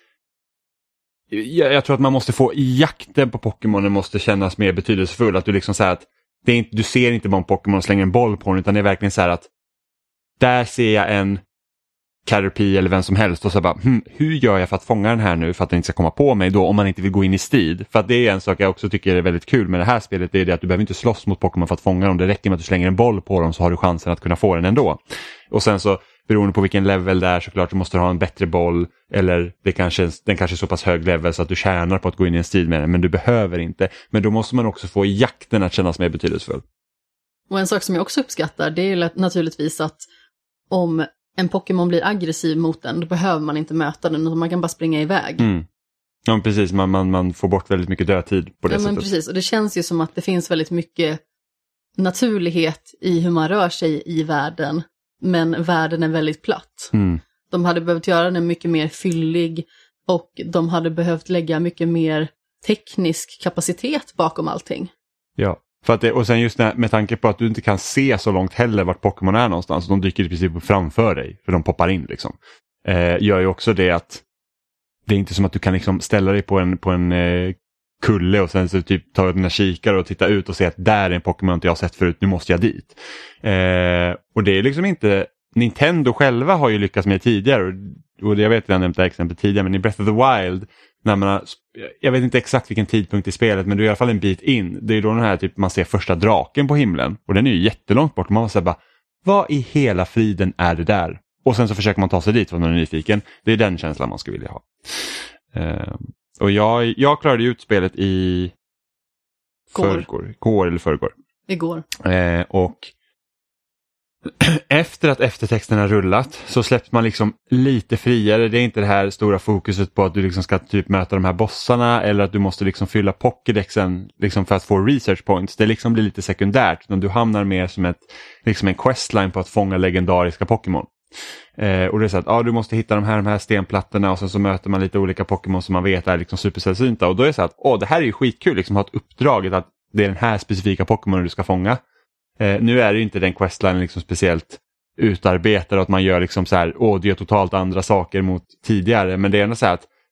jag tror att man måste få jakten på Pokémon måste kännas mer betydelsefull, att du liksom säger att det är inte, du ser inte bara en Pokémon och slänger en boll på den, utan det är verkligen så här att där ser jag en Caterpie eller vem som helst och så bara, hur gör jag för att fånga den här nu för att den inte ska komma på mig då, om man inte vill gå in i strid. För att det är en sak jag också tycker är väldigt kul med det här spelet, det är det att du behöver inte slåss mot Pokémon för att fånga dem. Det räcker med att du slänger en boll på dem så har du chansen att kunna få den ändå. Och sen så beroende på vilken level det är, såklart du måste ha en bättre boll, eller den kanske är så pass hög level så att du tjänar på att gå in i en strid med den, men du behöver inte. Men då måste man också få jakten att kännas mer betydelsefull. Och en sak som jag också uppskattar, det är naturligtvis att om en Pokémon blir aggressiv mot den, då behöver man inte möta den, utan man kan bara springa iväg. Ja, precis. Man får bort väldigt mycket dödtid på det sättet. Men precis, och det känns ju som att det finns väldigt mycket naturlighet i hur man rör sig i världen, men världen är väldigt platt. De hade behövt göra den mycket mer fyllig och de hade behövt lägga mycket mer teknisk kapacitet bakom allting. Ja. För att och sen just med tanke på att du inte kan se så långt heller vart Pokémon är någonstans, de dyker i princip framför dig för de poppar in liksom. Gör ju också det att det är inte som att du kan liksom ställa dig på en kulle och sen så typ ta dina kikare och titta ut och se att där är en Pokémon inte jag har sett förut, nu måste jag dit. Och det är liksom inte, Nintendo själva har ju lyckats med tidigare, och jag vet att jag nämnt det här exemplet tidigare, men i Breath of the Wild, när man jag vet inte exakt vilken tidpunkt i spelet, men det är i alla fall en bit in. Det är då den här typ man ser första draken på himlen, och den är ju jättelångt bort. Man måste bara, vad i hela friden är det där? Och sen så försöker man ta sig dit för man är nyfiken. Det är den känslan man skulle vilja ha. Och jag klarade ut spelet i förrgår. Igår. Och efter att eftertexterna rullat så släpps man liksom lite friare. Det är inte det här stora fokuset på att du liksom ska typ möta de här bossarna, eller att du måste liksom fylla Pokédexen liksom för att få research points. Det liksom blir lite sekundärt, men du hamnar mer som liksom en questline på att fånga legendariska Pokémon. Och det är så att du måste hitta de här stenplattorna, och sen så möter man lite olika Pokémon som man vet är liksom supersällsynta, och då är det så att det här är ju skitkul liksom, att ha ett uppdrag att det är den här specifika Pokémon du ska fånga. Nu är det ju inte den questline liksom speciellt utarbetad, att man gör liksom så här, det är totalt andra saker mot tidigare, men det är ändå så här att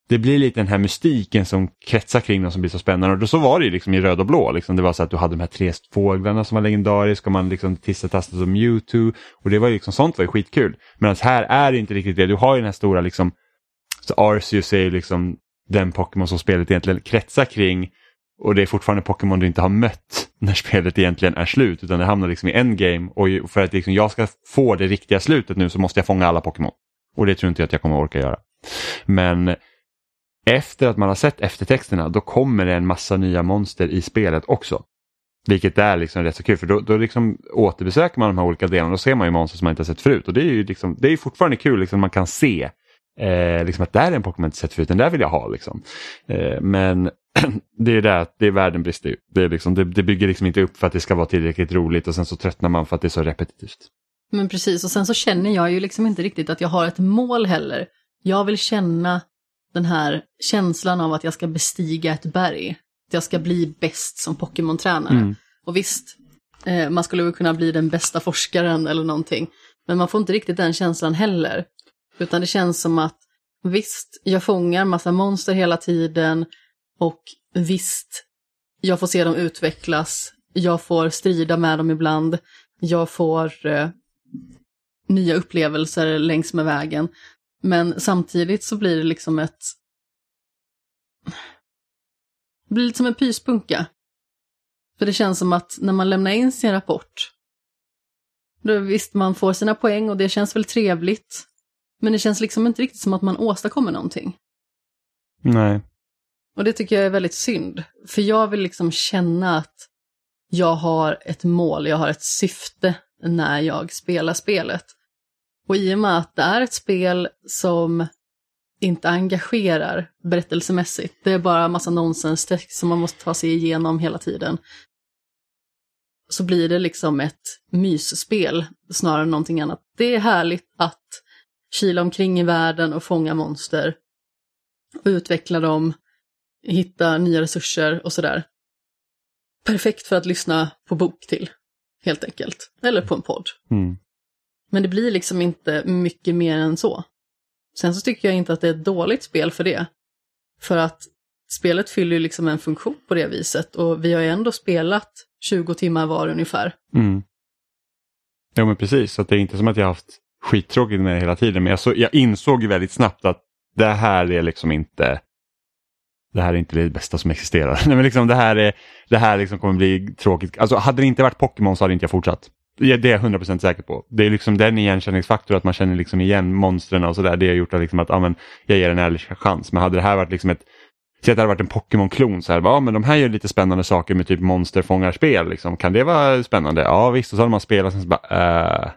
det blir lite den här mystiken som kretsar kring dem som blir så spännande. Och då så var det ju liksom i röd och blå. Liksom. Det var så att du hade de här 3 fåglarna som var legendariska. Och man liksom tissetastade som Mewtwo. Och det var ju liksom, sånt var ju skitkul. Men här är det inte riktigt det. Du har ju den här stora liksom, så Arceus är ju liksom den Pokémon som spelet egentligen kretsar kring. Och det är fortfarande Pokémon du inte har mött när spelet egentligen är slut. Utan det hamnar liksom i endgame. Och för att liksom jag ska få det riktiga slutet nu så måste jag fånga alla Pokémon. Och det tror inte jag att jag kommer att orka göra. Men efter att man har sett eftertexterna, då kommer det en massa nya monster i spelet också. Vilket är liksom rätt så kul, för då liksom återbesöker man de här olika delarna. Då ser man ju monster som man inte har sett förut. Och det är ju liksom, det är fortfarande kul liksom, man kan se liksom att där är en Pokémon inte sett förut, den där vill jag ha liksom. Men det är det att det är världen brister ju. Det, är liksom, det bygger liksom inte upp för att det ska vara tillräckligt roligt, och sen så tröttnar man för att det är så repetitivt. Men precis, och sen så känner jag ju liksom inte riktigt att jag har ett mål heller. Jag vill känna den här känslan av att jag ska bestiga ett berg. Att jag ska bli bäst som Pokémon-tränare. Och visst, man skulle väl kunna bli den bästa forskaren eller någonting. Men man får inte riktigt den känslan heller. Utan det känns som att visst, jag fångar massa monster hela tiden. Och visst, jag får se dem utvecklas. Jag får strida med dem ibland. Jag får nya upplevelser längs med vägen. Men samtidigt så blir det liksom det blir lite som en pyspunka. För det känns som att när man lämnar in sin rapport, då visst man får sina poäng och det känns väl trevligt. Men det känns liksom inte riktigt som att man åstadkommer någonting. Nej. Och det tycker jag är väldigt synd. För jag vill liksom känna att jag har ett mål, jag har ett syfte när jag spelar spelet. Och i och med att det är ett spel som inte engagerar berättelsemässigt, det är bara massa nonsenstext som man måste ta sig igenom hela tiden, så blir det liksom ett mysspel snarare än någonting annat. Det är härligt att kila omkring i världen och fånga monster och utveckla dem, hitta nya resurser och sådär. Perfekt för att lyssna på bok till, helt enkelt. Eller på en podd. Men det blir liksom inte mycket mer än så. Sen så tycker jag inte att det är ett dåligt spel för det. För att spelet fyller ju liksom en funktion på det viset. Och vi har ju ändå spelat 20 timmar var ungefär. Ja men precis, så det är inte som att jag har haft skittråkigt med det hela tiden. Men jag insåg ju väldigt snabbt att det här är liksom inte... Det här är inte det bästa som existerar. Nej, men liksom det här liksom kommer bli tråkigt. Alltså hade det inte varit Pokémon så hade inte jag fortsatt. Det är jag 100% säker på. Det är liksom den igenkänningsfaktor att man känner liksom igen monstren och sådär. Det har gjort att liksom att jag ger en ärlig chans. Men hade det här varit liksom att det hade varit en Pokémon-klon så här, men de här gör lite spännande saker med typ monsterfångarspel liksom. Kan det vara spännande? Ja visst, och så hade man spelat sen så bara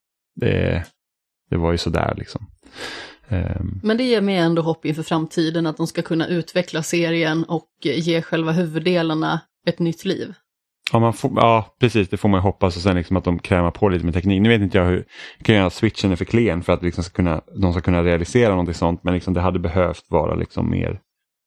det var ju sådär liksom. Men det ger mig ändå hopp inför framtiden att de ska kunna utveckla serien och ge själva huvuddelarna ett nytt liv. Ja, precis, det får man ju hoppas, och sen liksom att de krämar på lite med teknik. Nu vet inte jag hur kan göra switchen är för klen för att liksom de ska kunna realisera någonting sånt, men liksom det hade behövt vara liksom mer,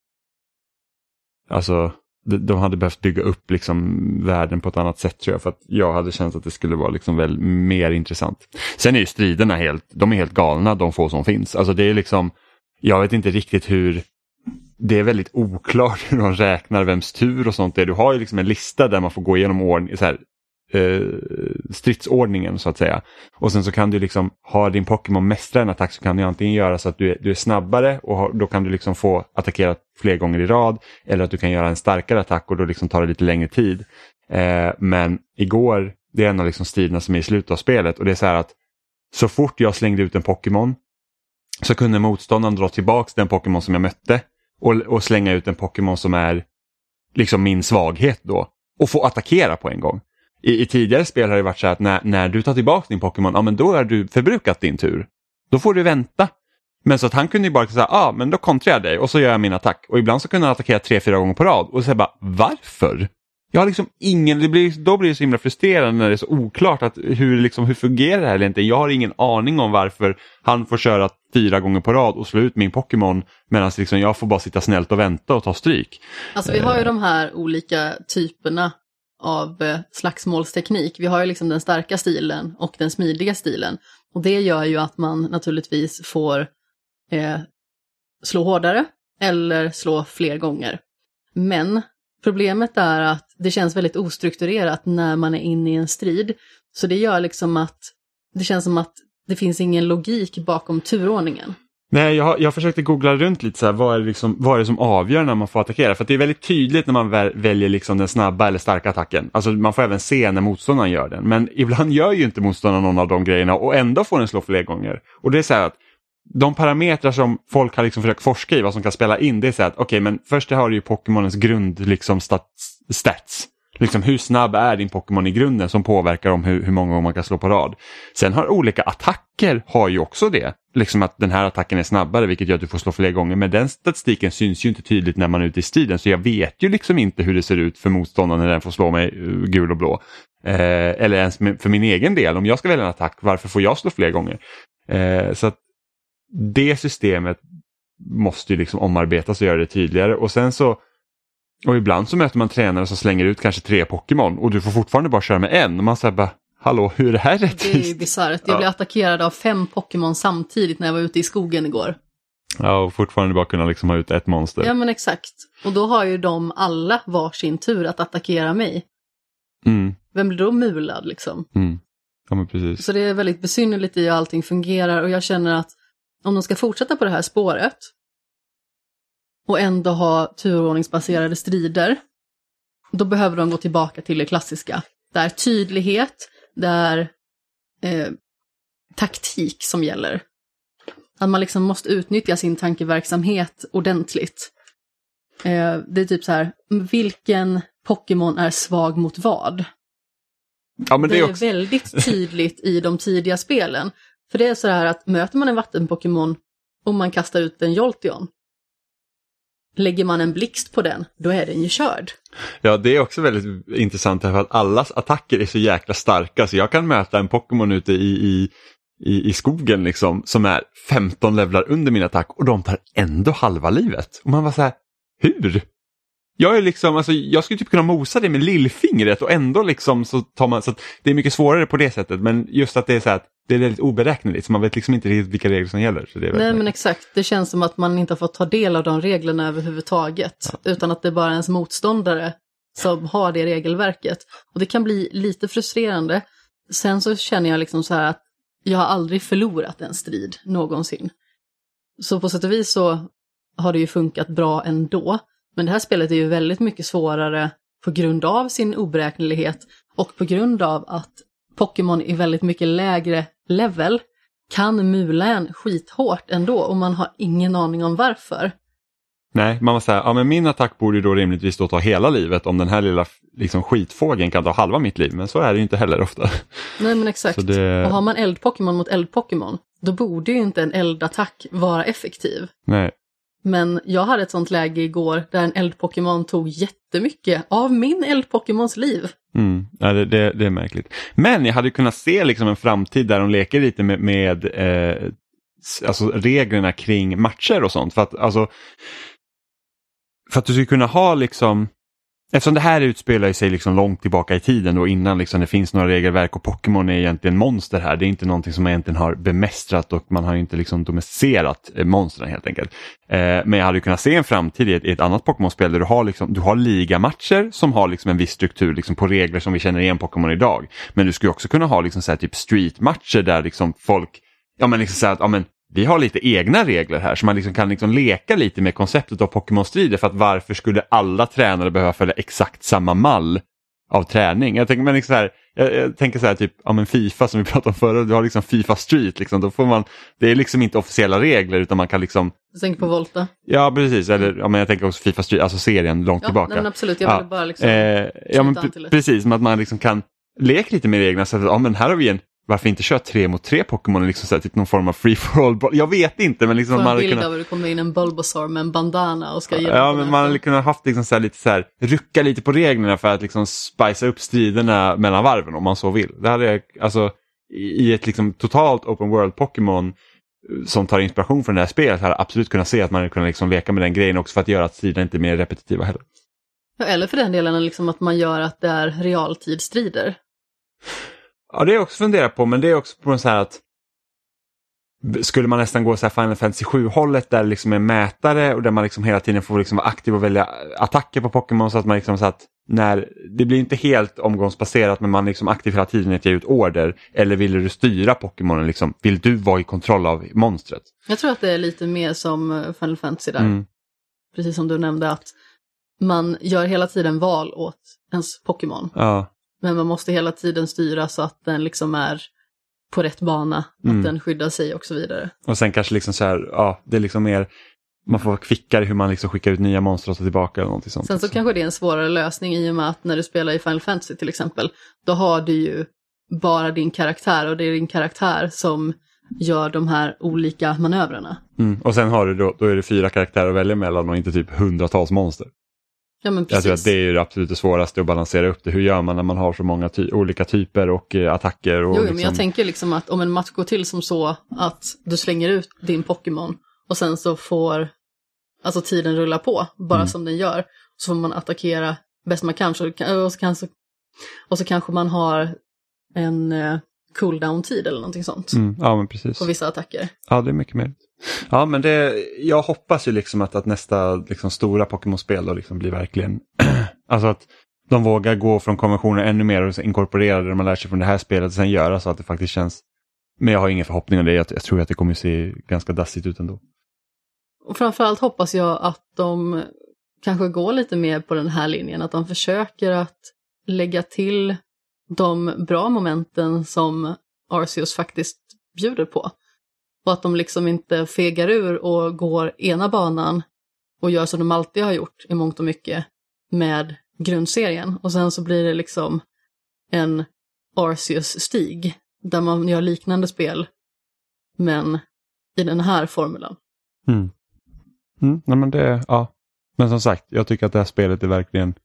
alltså de hade behövt bygga upp liksom världen på ett annat sätt tror jag, för att jag hade känt att det skulle vara liksom väl mer intressant. Sen är ju striderna helt galna, de få som finns. Alltså det är liksom, jag vet inte riktigt hur, det är väldigt oklart hur de räknar vems tur och sånt är. Du har ju liksom en lista där man får gå igenom stridsordningen så att säga. Och sen så kan du liksom ha din Pokémon mästra en attack, så kan du antingen göra så att du är snabbare och då kan du liksom få attackera fler gånger i rad, eller att du kan göra en starkare attack och då liksom tar det lite längre tid. Men igår, det är en av liksom striderna som är i slutet av spelet, och det är så här att så fort jag slängde ut en Pokémon så kunde motståndaren dra tillbaks den Pokémon som jag mötte och slänga ut en Pokémon som är liksom min svaghet då, och få attackera på en gång. I tidigare spel har det varit så att när du tar tillbaka din Pokémon, men då är du förbrukat din tur. Då får du vänta. Men så att han kunde ju bara säga, men då kontrar jag dig och så gör jag min attack. Och ibland så kunde han attackera 3-4 gånger på rad. Och så bara, varför? Jag har liksom då blir det så himla frustrerande när det är så oklart att hur fungerar det här eller inte. Jag har ingen aning om varför han får köra 4 gånger på rad och slå ut min Pokémon, medan liksom jag får bara sitta snällt och vänta och ta stryk. Alltså vi har ju de här olika typerna av slagsmålsteknik. Vi har ju liksom den starka stilen och den smidiga stilen. Och det gör ju att man naturligtvis får slå hårdare eller slå fler gånger. Men problemet är att det känns väldigt ostrukturerat när man är inne i en strid. Så det gör liksom att det känns som att det finns ingen logik bakom turordningen. Nej, jag försökte googla runt lite så här, vad är det som avgör när man får attackera? För att det är väldigt tydligt när man väljer liksom den snabba eller starka attacken. Alltså man får även se när motståndaren gör den. Men ibland gör ju inte motståndaren någon av de grejerna och ändå får den slå fler gånger. Och det är så här att de parametrar som folk har liksom försökt forska i vad som kan spela in, det är så här att okej, men först har du ju Pokémonens grund liksom stats. Liksom hur snabb är din Pokémon i grunden som påverkar om hur många gånger man kan slå på rad. Sen har olika attacker har ju också det. Liksom att den här attacken är snabbare vilket gör att du får slå fler gånger. Men den statistiken syns ju inte tydligt när man är ute i striden. Så jag vet ju liksom inte hur det ser ut för motståndaren när den får slå mig gul och blå. Eller ens för min egen del. Om jag ska välja en attack, varför får jag slå fler gånger? Så att det systemet måste ju liksom omarbetas och göra det tydligare. Och sen så och ibland så möter man tränare som slänger ut kanske 3 Pokémon och du får fortfarande bara köra med en. Och man säger bara, hallå, hur är det här rättvist? Det är ju bisarrt. Jag blev attackerad av 5 Pokémon samtidigt när jag var ute i skogen igår. Ja, och fortfarande bara kunna liksom ha ut ett monster. Ja, men exakt. Och då har ju de alla varsin tur att attackera mig. Mm. Vem blir då mulad liksom? Mm. Ja, men precis. Så det är väldigt besynnerligt i hur allting fungerar och jag känner att om de ska fortsätta på det här spåret och ändå ha turordningsbaserade strider, då behöver de gå tillbaka till det klassiska. Det är tydlighet, det är taktik som gäller. Att man liksom måste utnyttja sin tankeverksamhet ordentligt. Det är typ så här, vilken Pokémon är svag mot vad? Ja, men det är också väldigt tydligt i de tidiga spelen. För det är så här att möter man en vattenpokémon och man kastar ut en Jolteon, lägger man en blixt på den, då är den ju körd. Ja, det är också väldigt intressant för att allas attacker är så jäkla starka. Så jag kan möta en Pokémon ute i skogen liksom, som är 15 levlar under min attack och de tar ändå halva livet. Och man var så här, hur? Jag är liksom, alltså, jag skulle typ kunna mosa det med lillfingret och ändå liksom så tar man, så att det är mycket svårare på det sättet. Men just att det är så här att det är väldigt oberäkneligt så man vet liksom inte riktigt vilka regler som gäller. Så det är nej, men exakt. Det känns som att man inte har fått ta del av de reglerna överhuvudtaget. Ja. Utan att det är bara ens motståndare som har det regelverket. Och det kan bli lite frustrerande. Sen så känner jag liksom så här att jag har aldrig förlorat en strid någonsin. Så på sätt och vis så har det ju funkat bra ändå. Men det här spelet är ju väldigt mycket svårare på grund av sin oberäknelighet och på grund av att Pokémon i väldigt mycket lägre level kan mula en skithårt ändå och man har ingen aning om varför. Nej, man måste säga, ja men min attack borde ju då rimligtvis då ta hela livet om den här lilla liksom skitfågeln kan ta halva mitt liv, men så är det ju inte heller ofta. Nej, men exakt. Och har man eld-Pokémon mot eld-Pokémon, då borde ju inte en eldattack vara effektiv. Nej. Men jag hade ett sånt läge igår där en eld-Pokémon tog jättemycket av min eld-Pokémons liv. Mm. Ja, det är märkligt. Men jag hade kunnat se liksom en framtid där de leker lite med alltså reglerna kring matcher och sånt. För att du skulle kunna ha liksom, eftersom det här utspelar sig liksom långt tillbaka i tiden och innan liksom det finns några regelverk och Pokémon är egentligen monster här. Det är inte någonting som man egentligen har bemästrat och man har inte liksom domesticerat monstren helt enkelt. Men jag hade kunnat se en framtid i ett annat Pokémon-spel där du har ligamatcher som har liksom en viss struktur liksom på regler som vi känner igen Pokémon idag. Men du skulle också kunna ha liksom så här typ streetmatcher där liksom folk, ja men liksom så här att, ja men vi har lite egna regler här så man liksom kan liksom leka lite med konceptet av Pokémon-strider för att varför skulle alla tränare behöva följa exakt samma mall av träning? Jag tänker, men liksom så här, jag tänker så här typ, ja men FIFA som vi pratade om förra, du har liksom FIFA Street liksom, då får man, det är liksom inte officiella regler utan man kan liksom. Jag tänker på Volta. Ja precis, eller ja, men jag tänker också FIFA Street, alltså serien långt tillbaka. Ja men absolut, jag ville bara liksom ja men precis, att man liksom kan leka lite med reglerna så att ja men här har vi varför inte köra 3 mot 3 Pokémon liksom så här, typ någon form av free for all. Jag vet inte men liksom man hade kunnat. Av hur det kommer in en Bulbasaur med en bandana och ska ge. Ja men man hade kunnat haft liksom så här, lite så här, rucka lite på reglerna för att liksom spicea upp striderna mellan varven om man så vill. Det hade alltså i ett liksom totalt open world Pokémon som tar inspiration från det här spelet hade absolut kunnat se att man hade kunnat liksom leka med den grejen också för att göra att striderna inte är mer repetitiva heller. Ja, eller för den delen liksom att man gör att det är realtidsstrider. Ja, det är också funderat på, men det är också på en så här att skulle man nästan gå så här Final Fantasy 7-hållet där det liksom är mätare och där man liksom hela tiden får liksom vara aktiv och välja attacker på Pokémon så att man liksom så att när det blir inte helt omgångsbaserat men man liksom aktiv hela tiden att ge ut order, eller vill du styra Pokémonen liksom, vill du vara i kontroll av monstret? Jag tror att det är lite mer som Final Fantasy där. Precis som du nämnde, att man gör hela tiden val åt ens Pokémon. Ja. Men man måste hela tiden styra så att den liksom är på rätt bana, att den skyddar sig och så vidare. Och sen kanske liksom så här, ja, det är liksom mer, man får kvickare hur man liksom skickar ut nya monster och tillbaka eller någonting sånt. Sen så kanske det är en svårare lösning i och med att när du spelar i Final Fantasy till exempel, då har du ju bara din karaktär och det är din karaktär som gör de här olika manövrarna. Och sen har du då är det 4 karaktärer att välja mellan och inte typ hundratals monster. Ja, men precis. Jag tror att det är ju det absolut det svåraste att balansera upp det. Hur gör man när man har så många olika typer och attacker? Och men jag tänker liksom att om en match går till som så att du slänger ut din Pokémon och sen så får alltså tiden rulla på bara som den gör, så får man attackera bäst man kan och så kanske man har en cooldown-tid eller någonting sånt. Ja, men precis. På vissa attacker. Ja, det är mycket mer. Ja, men jag hoppas ju liksom att nästa liksom stora Pokémon-spel då liksom blir verkligen alltså att de vågar gå från konventioner ännu mer och inkorporera det man lär sig från det här spelet och sen göra så att det faktiskt känns, men jag har ingen förhoppning om det. Jag tror att det kommer att se ganska dassigt ut ändå. Och framförallt hoppas jag att de kanske går lite mer på den här linjen, att de försöker att lägga till de bra momenten som Arceus faktiskt bjuder på. Och att de liksom inte fegar ur och går ena banan och gör som de alltid har gjort i mångt och mycket med grundserien. Och sen så blir det liksom en Arceus-stig där man gör liknande spel men i den här formulan. Nej, men men som sagt, jag tycker att det här spelet är verkligen,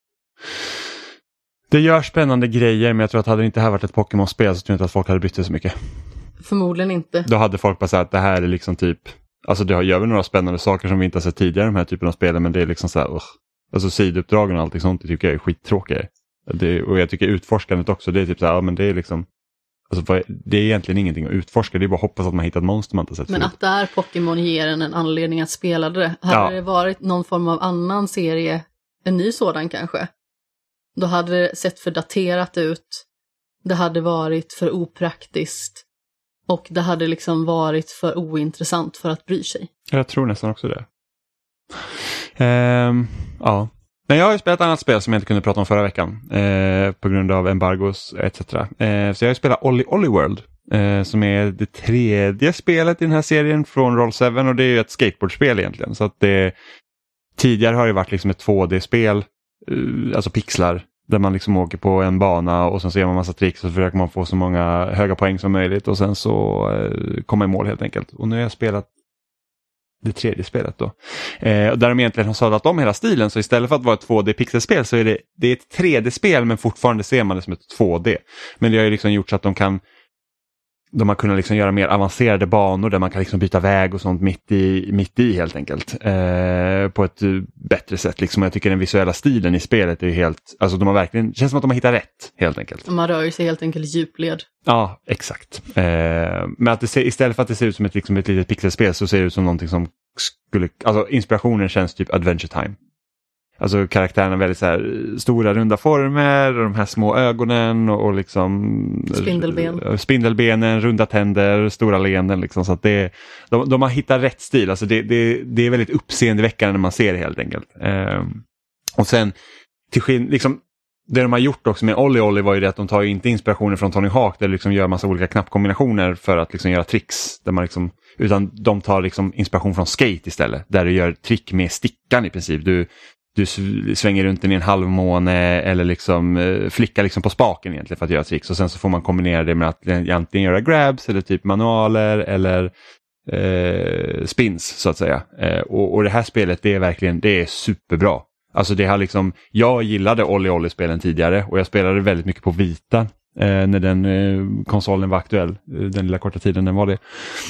det gör spännande grejer, men jag tror att hade det inte här varit ett Pokémon-spel så tror jag inte att folk hade brytt sig så mycket. Förmodligen inte. Då hade folk bara sagt att det här är liksom typ, alltså det gör väl några spännande saker som vi inte har sett tidigare i de här typen av spel, men det är liksom så här, alltså sidouppdragen och allting sånt, det tycker jag är skittråkigt. Och jag tycker utforskandet också, det är typ så här, ja men det är liksom, alltså det är egentligen ingenting att utforska, det är bara att hoppas att man hittar ett monster man inte sett men förut. Att där Pokémon ger en anledning att spela det. Hade det varit någon form av annan serie, en ny sådan kanske, då hade det sett för daterat ut, det hade varit för opraktiskt och det hade liksom varit för ointressant för att bry sig. Jag tror nästan också det. Ja. Men jag har ju spelat ett annat spel som jag inte kunde prata om förra veckan på grund av embargos etc. Så jag har ju spelat Ollie World som är det 3:e spelet i den här serien från Roll7, och det är ju ett skateboardspel egentligen. Så att tidigare har det varit liksom ett 2D-spel, alltså pixlar, där man liksom åker på en bana och sen så gör man massa tricks och så försöker man få så många höga poäng som möjligt och sen så komma i mål helt enkelt. Och nu har jag spelat det 3:e spelet då. Där de egentligen har sadlat om hela stilen, så istället för att vara ett 2D-pixelspel så är det är ett 3D-spel, men fortfarande ser man det som ett 2D. Men det har ju liksom gjort så att de har kunnat liksom göra mer avancerade banor där man kan liksom byta väg och sånt mitt i helt enkelt. På ett bättre sätt liksom. Jag tycker den visuella stilen i spelet är ju helt, alltså de har verkligen, känns som att de har hittat rätt helt enkelt. Man rör sig helt enkelt djupled. Ja, exakt. Men att istället för att det ser ut som ett litet pixelspel så ser det ut som någonting som skulle, alltså inspirationen känns typ Adventure Time. Alltså karaktärerna är väldigt så här stora runda former och de här små ögonen och liksom spindelbenen, runda tänder, stora leenden liksom, så att de har hittat rätt stil. Alltså det är väldigt uppseendeväckande när man ser det helt enkelt. Och sen liksom det de har gjort också med Ollie var ju det att de tar ju inte inspirationer från Tony Hawk där liksom gör massa olika knappkombinationer för att liksom göra tricks där man liksom, utan de tar liksom inspiration från Skate istället, där du gör trick med stickan i princip. Du svänger runt den i en halvmåne eller liksom flickar liksom på spaken egentligen för att göra tricks, och sen så får man kombinera det med att antingen göra grabs eller typ manualer eller spins så att säga. Och det här spelet, det är superbra. Alltså det har liksom, jag gillade Ollie-spelen tidigare och jag spelade väldigt mycket på Vita när den konsolen var aktuell, den lilla korta tiden den var det.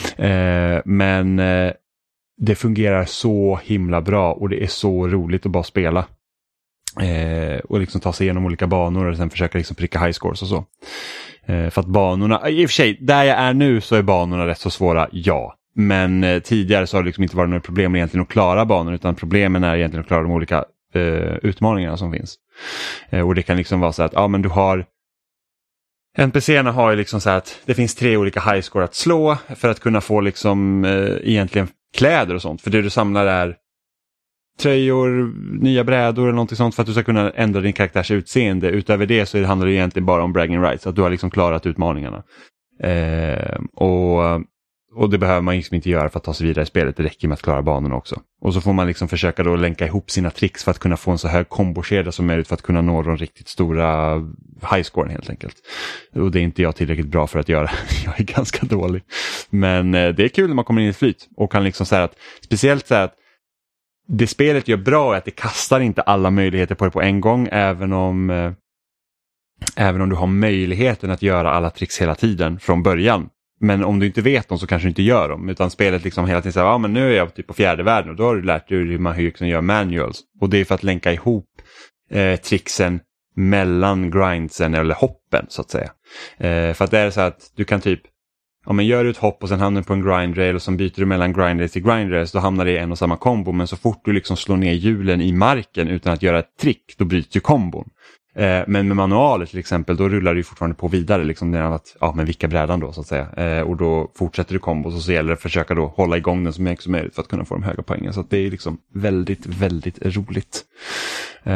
Men det fungerar så himla bra och det är så roligt att bara spela. Och liksom ta sig igenom olika banor och sen försöka liksom pricka high scores och så. För att banorna, i och för sig, där jag är nu så är banorna rätt så svåra, ja. Men tidigare så har det liksom inte varit några problem egentligen att klara banor, utan problemen är egentligen att klara de olika utmaningarna som finns. Och det kan liksom vara så att men du har NPC:erna har ju liksom så att det finns 3 olika highscore att slå för att kunna få liksom egentligen kläder och sånt. För det du samlar är tröjor, nya brädor eller någonting sånt för att du ska kunna ändra din karaktärs utseende. Utöver det så handlar det egentligen bara om bragging rights, att du har liksom klarat utmaningarna. Och det behöver man liksom inte göra för att ta sig vidare i spelet. Det räcker med att klara banorna också. Och så får man liksom försöka då länka ihop sina tricks för att kunna få en så hög kombokedja som möjligt för att kunna nå de riktigt stora highscoren helt enkelt. Och det är inte jag tillräckligt bra för att göra. Jag är ganska dålig. Men det är kul när man kommer in i flyt och kan liksom säga att speciellt så att det spelet gör bra är att det kastar inte alla möjligheter på det på en gång, även om du har möjligheten att göra alla tricks hela tiden från början. Men om du inte vet dem så kanske du inte gör dem, utan spelet liksom hela tiden säger men nu är jag typ på 4:e världen och då har du lärt dig hur man gör manuals. Och det är för att länka ihop tricksen mellan grindsen eller hoppen så att säga. För att det är så att du kan typ gör du ett hopp och sen hamnar du på en grindrail och sen byter du mellan grindrails till grindrails, då hamnar det i en och samma kombo. Men så fort du liksom slår ner hjulen i marken utan att göra ett trick, då bryter ju kombon. Men med manualer till exempel, då rullar du fortfarande på vidare liksom, men vilka brädan då så att säga. Och då fortsätter du kombos och så gäller det att försöka då hålla igång den så mycket som möjligt för att kunna få de höga poängen. Så att det är liksom väldigt, väldigt roligt. Det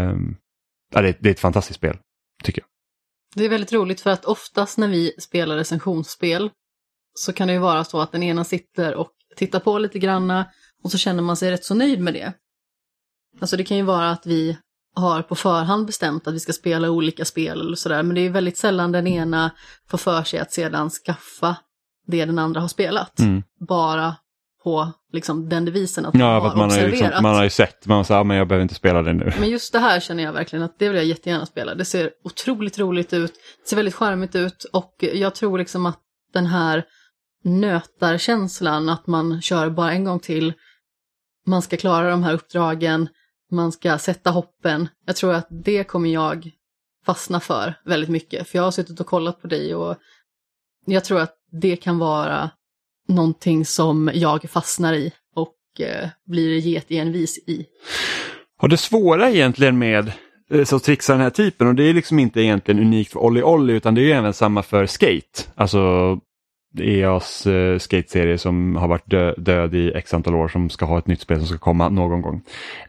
är ett fantastiskt spel, tycker jag. Det är väldigt roligt för att oftast när vi spelar recensionsspel så kan det ju vara så att den ena sitter och tittar på lite granna och så känner man sig rätt så nöjd med det. Alltså det kan ju vara att vi har på förhand bestämt att vi ska spela olika spel eller sådär, men det är väldigt sällan den ena får för sig att sedan skaffa det den andra har spelat. Bara på liksom den devisen att man har observerat. Man har ju sett, man säger men jag behöver inte spela det nu. Men just det här känner jag verkligen att det vill jag jättegärna spela. Det ser otroligt roligt ut, det ser väldigt charmigt ut och jag tror liksom att den här nötarkänslan att man kör bara en gång till, man ska klara de här uppdragen, man ska sätta hoppen. Jag tror att det kommer jag fastna för väldigt mycket. För jag har suttit och kollat på dig och jag tror att det kan vara någonting som jag fastnar i och blir getenvis i. Och det svåra egentligen med så tricks av den här typen, och det är liksom inte egentligen unikt för Olli Olli utan det är ju även samma för Skate. Alltså EAs skate-serie som har varit död i x antal år, som ska ha ett nytt spel som ska komma någon gång,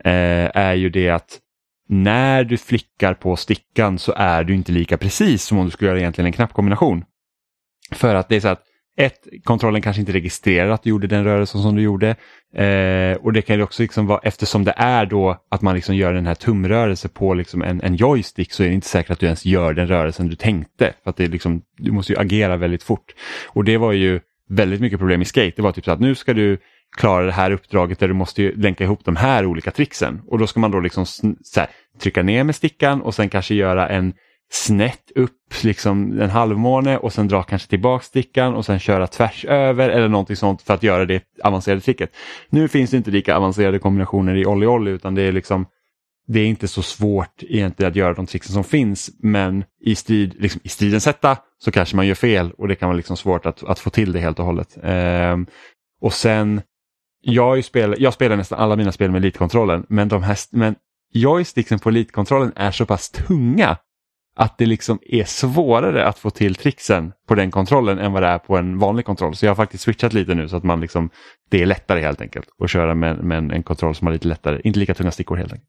är ju det att när du flickar på stickan så är du inte lika precis som om du skulle göra egentligen en knappkombination. För att det är så att kontrollen kanske inte registrerar att du gjorde den rörelsen som du gjorde. Och det kan ju också liksom vara, eftersom det är då att man liksom gör den här tumrörelse på liksom en joystick, så är det inte säkert att du ens gör den rörelsen du tänkte. För att det är liksom, du måste ju agera väldigt fort. Och det var ju väldigt mycket problem i Skate. Det var typ så att nu ska du klara det här uppdraget där du måste ju länka ihop de här olika tricksen. Och då ska man då liksom så här, trycka ner med stickan och sen kanske göra en snett upp liksom en halvmåne och sen dra kanske tillbaka stickan och sen köra tvärs över eller någonting sånt för att göra det avancerade tricket. Nu finns det inte lika avancerade kombinationer i Olli Olli, utan det är liksom, det är inte så svårt egentligen att göra de tricksen som finns, men i stridens hetta så kanske man gör fel och det kan vara liksom svårt att få till det helt och hållet. Och sen jag spelar nästan alla mina spel med elitkontrollen, men joysticksen på elitkontrollen är så pass tunga att det liksom är svårare att få till tricksen på den kontrollen än vad det är på en vanlig kontroll. Så jag har faktiskt switchat lite nu så att man liksom, det är lättare helt enkelt att köra med en kontroll som har lite lättare, inte lika tunga stickor helt enkelt.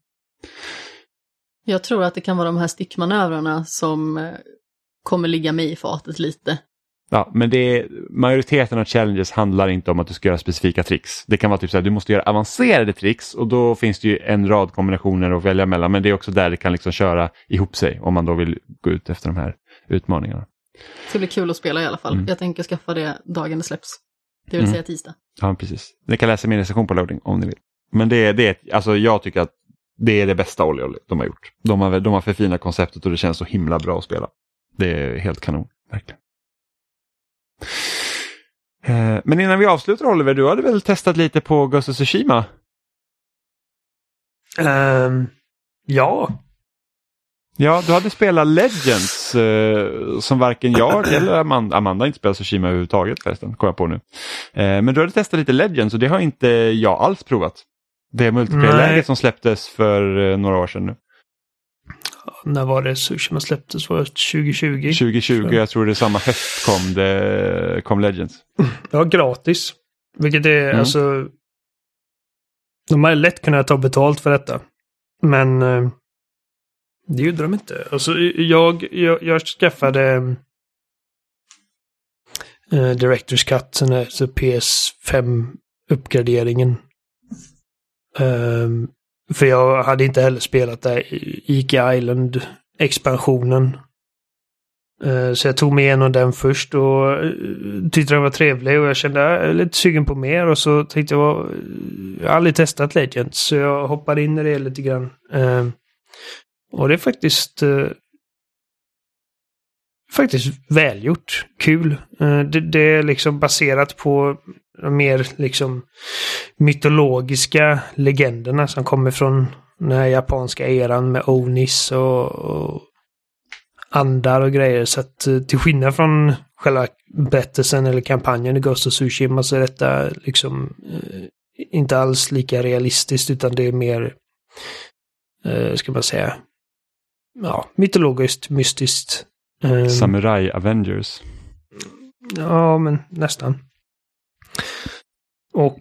Jag tror att det kan vara de här stickmanövrarna som kommer ligga med i fatet lite. Ja, men majoriteten av challenges handlar inte om att du ska göra specifika tricks. Det kan vara typ så att du måste göra avancerade tricks och då finns det ju en rad kombinationer att välja mellan. Men det är också där det kan liksom köra ihop sig om man då vill gå ut efter de här utmaningarna. Det blir kul att spela i alla fall. Jag tänker skaffa det dagen det släpps. Det vill säga tisdag. Ja, precis. Ni kan läsa min recension på Loading om ni vill. Men alltså jag tycker att det är det bästa Olli Olli de har gjort. De har förfinat konceptet och det känns så himla bra att spela. Det är helt kanon, verkligen. Men innan vi avslutar, Oliver, du hade väl testat lite på Ghost of Tsushima? Ja. Ja, du hade spelat Legends. som varken jag eller Amanda inte spelar Tsushima överhuvudtaget förresten, kommer jag på nu. Men du hade testat lite Legends och det har inte jag alls provat. Det är multiplayer-läget som släpptes för några år sedan nu. När var det Tsushima släpptes? Var det 2020? 2020, jag tror det är samma höst kom Legends. Ja, gratis. Vilket är alltså... De har lätt kunnat ta betalt för detta. Men det gjorde de inte. Alltså, jag skaffade Director's Cut, så PS5-uppgraderingen. För jag hade inte heller spelat där Iki Island-expansionen. Så jag tog mig igenom den först och tyckte den var trevlig och jag kände jag är lite sugen på mer och så tänkte jag har aldrig testat Legends så jag hoppade in i det lite grann. Och det är faktiskt välgjort. Kul. Det är liksom baserat på de mer liksom mytologiska legenderna som kommer från den här japanska eran med Onis och andar och grejer. Så att till skillnad från själva berättelsen eller kampanjen i Ghost of Tsushima så är detta liksom inte alls lika realistiskt utan det är mer ska man säga mytologiskt, mystiskt. Samurai Avengers. Ja, men nästan. Och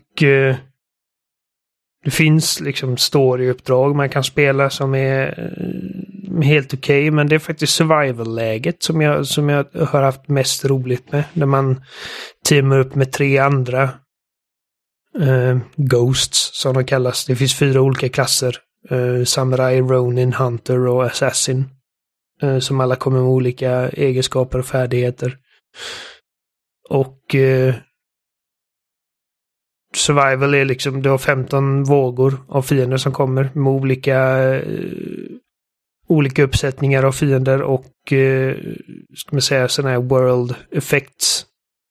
det finns liksom storyuppdrag man kan spela som är helt okej, men det är faktiskt survival-läget som jag har haft mest roligt med. Där man teamar upp med 3 andra Ghosts som de kallas. Det finns 4 olika klasser. Samurai, Ronin, Hunter och Assassin. Som alla kommer med olika egenskaper och färdigheter. Och survival är liksom, det har 15 vågor av fiender som kommer med olika uppsättningar av fiender och ska man säga sådana här world effects.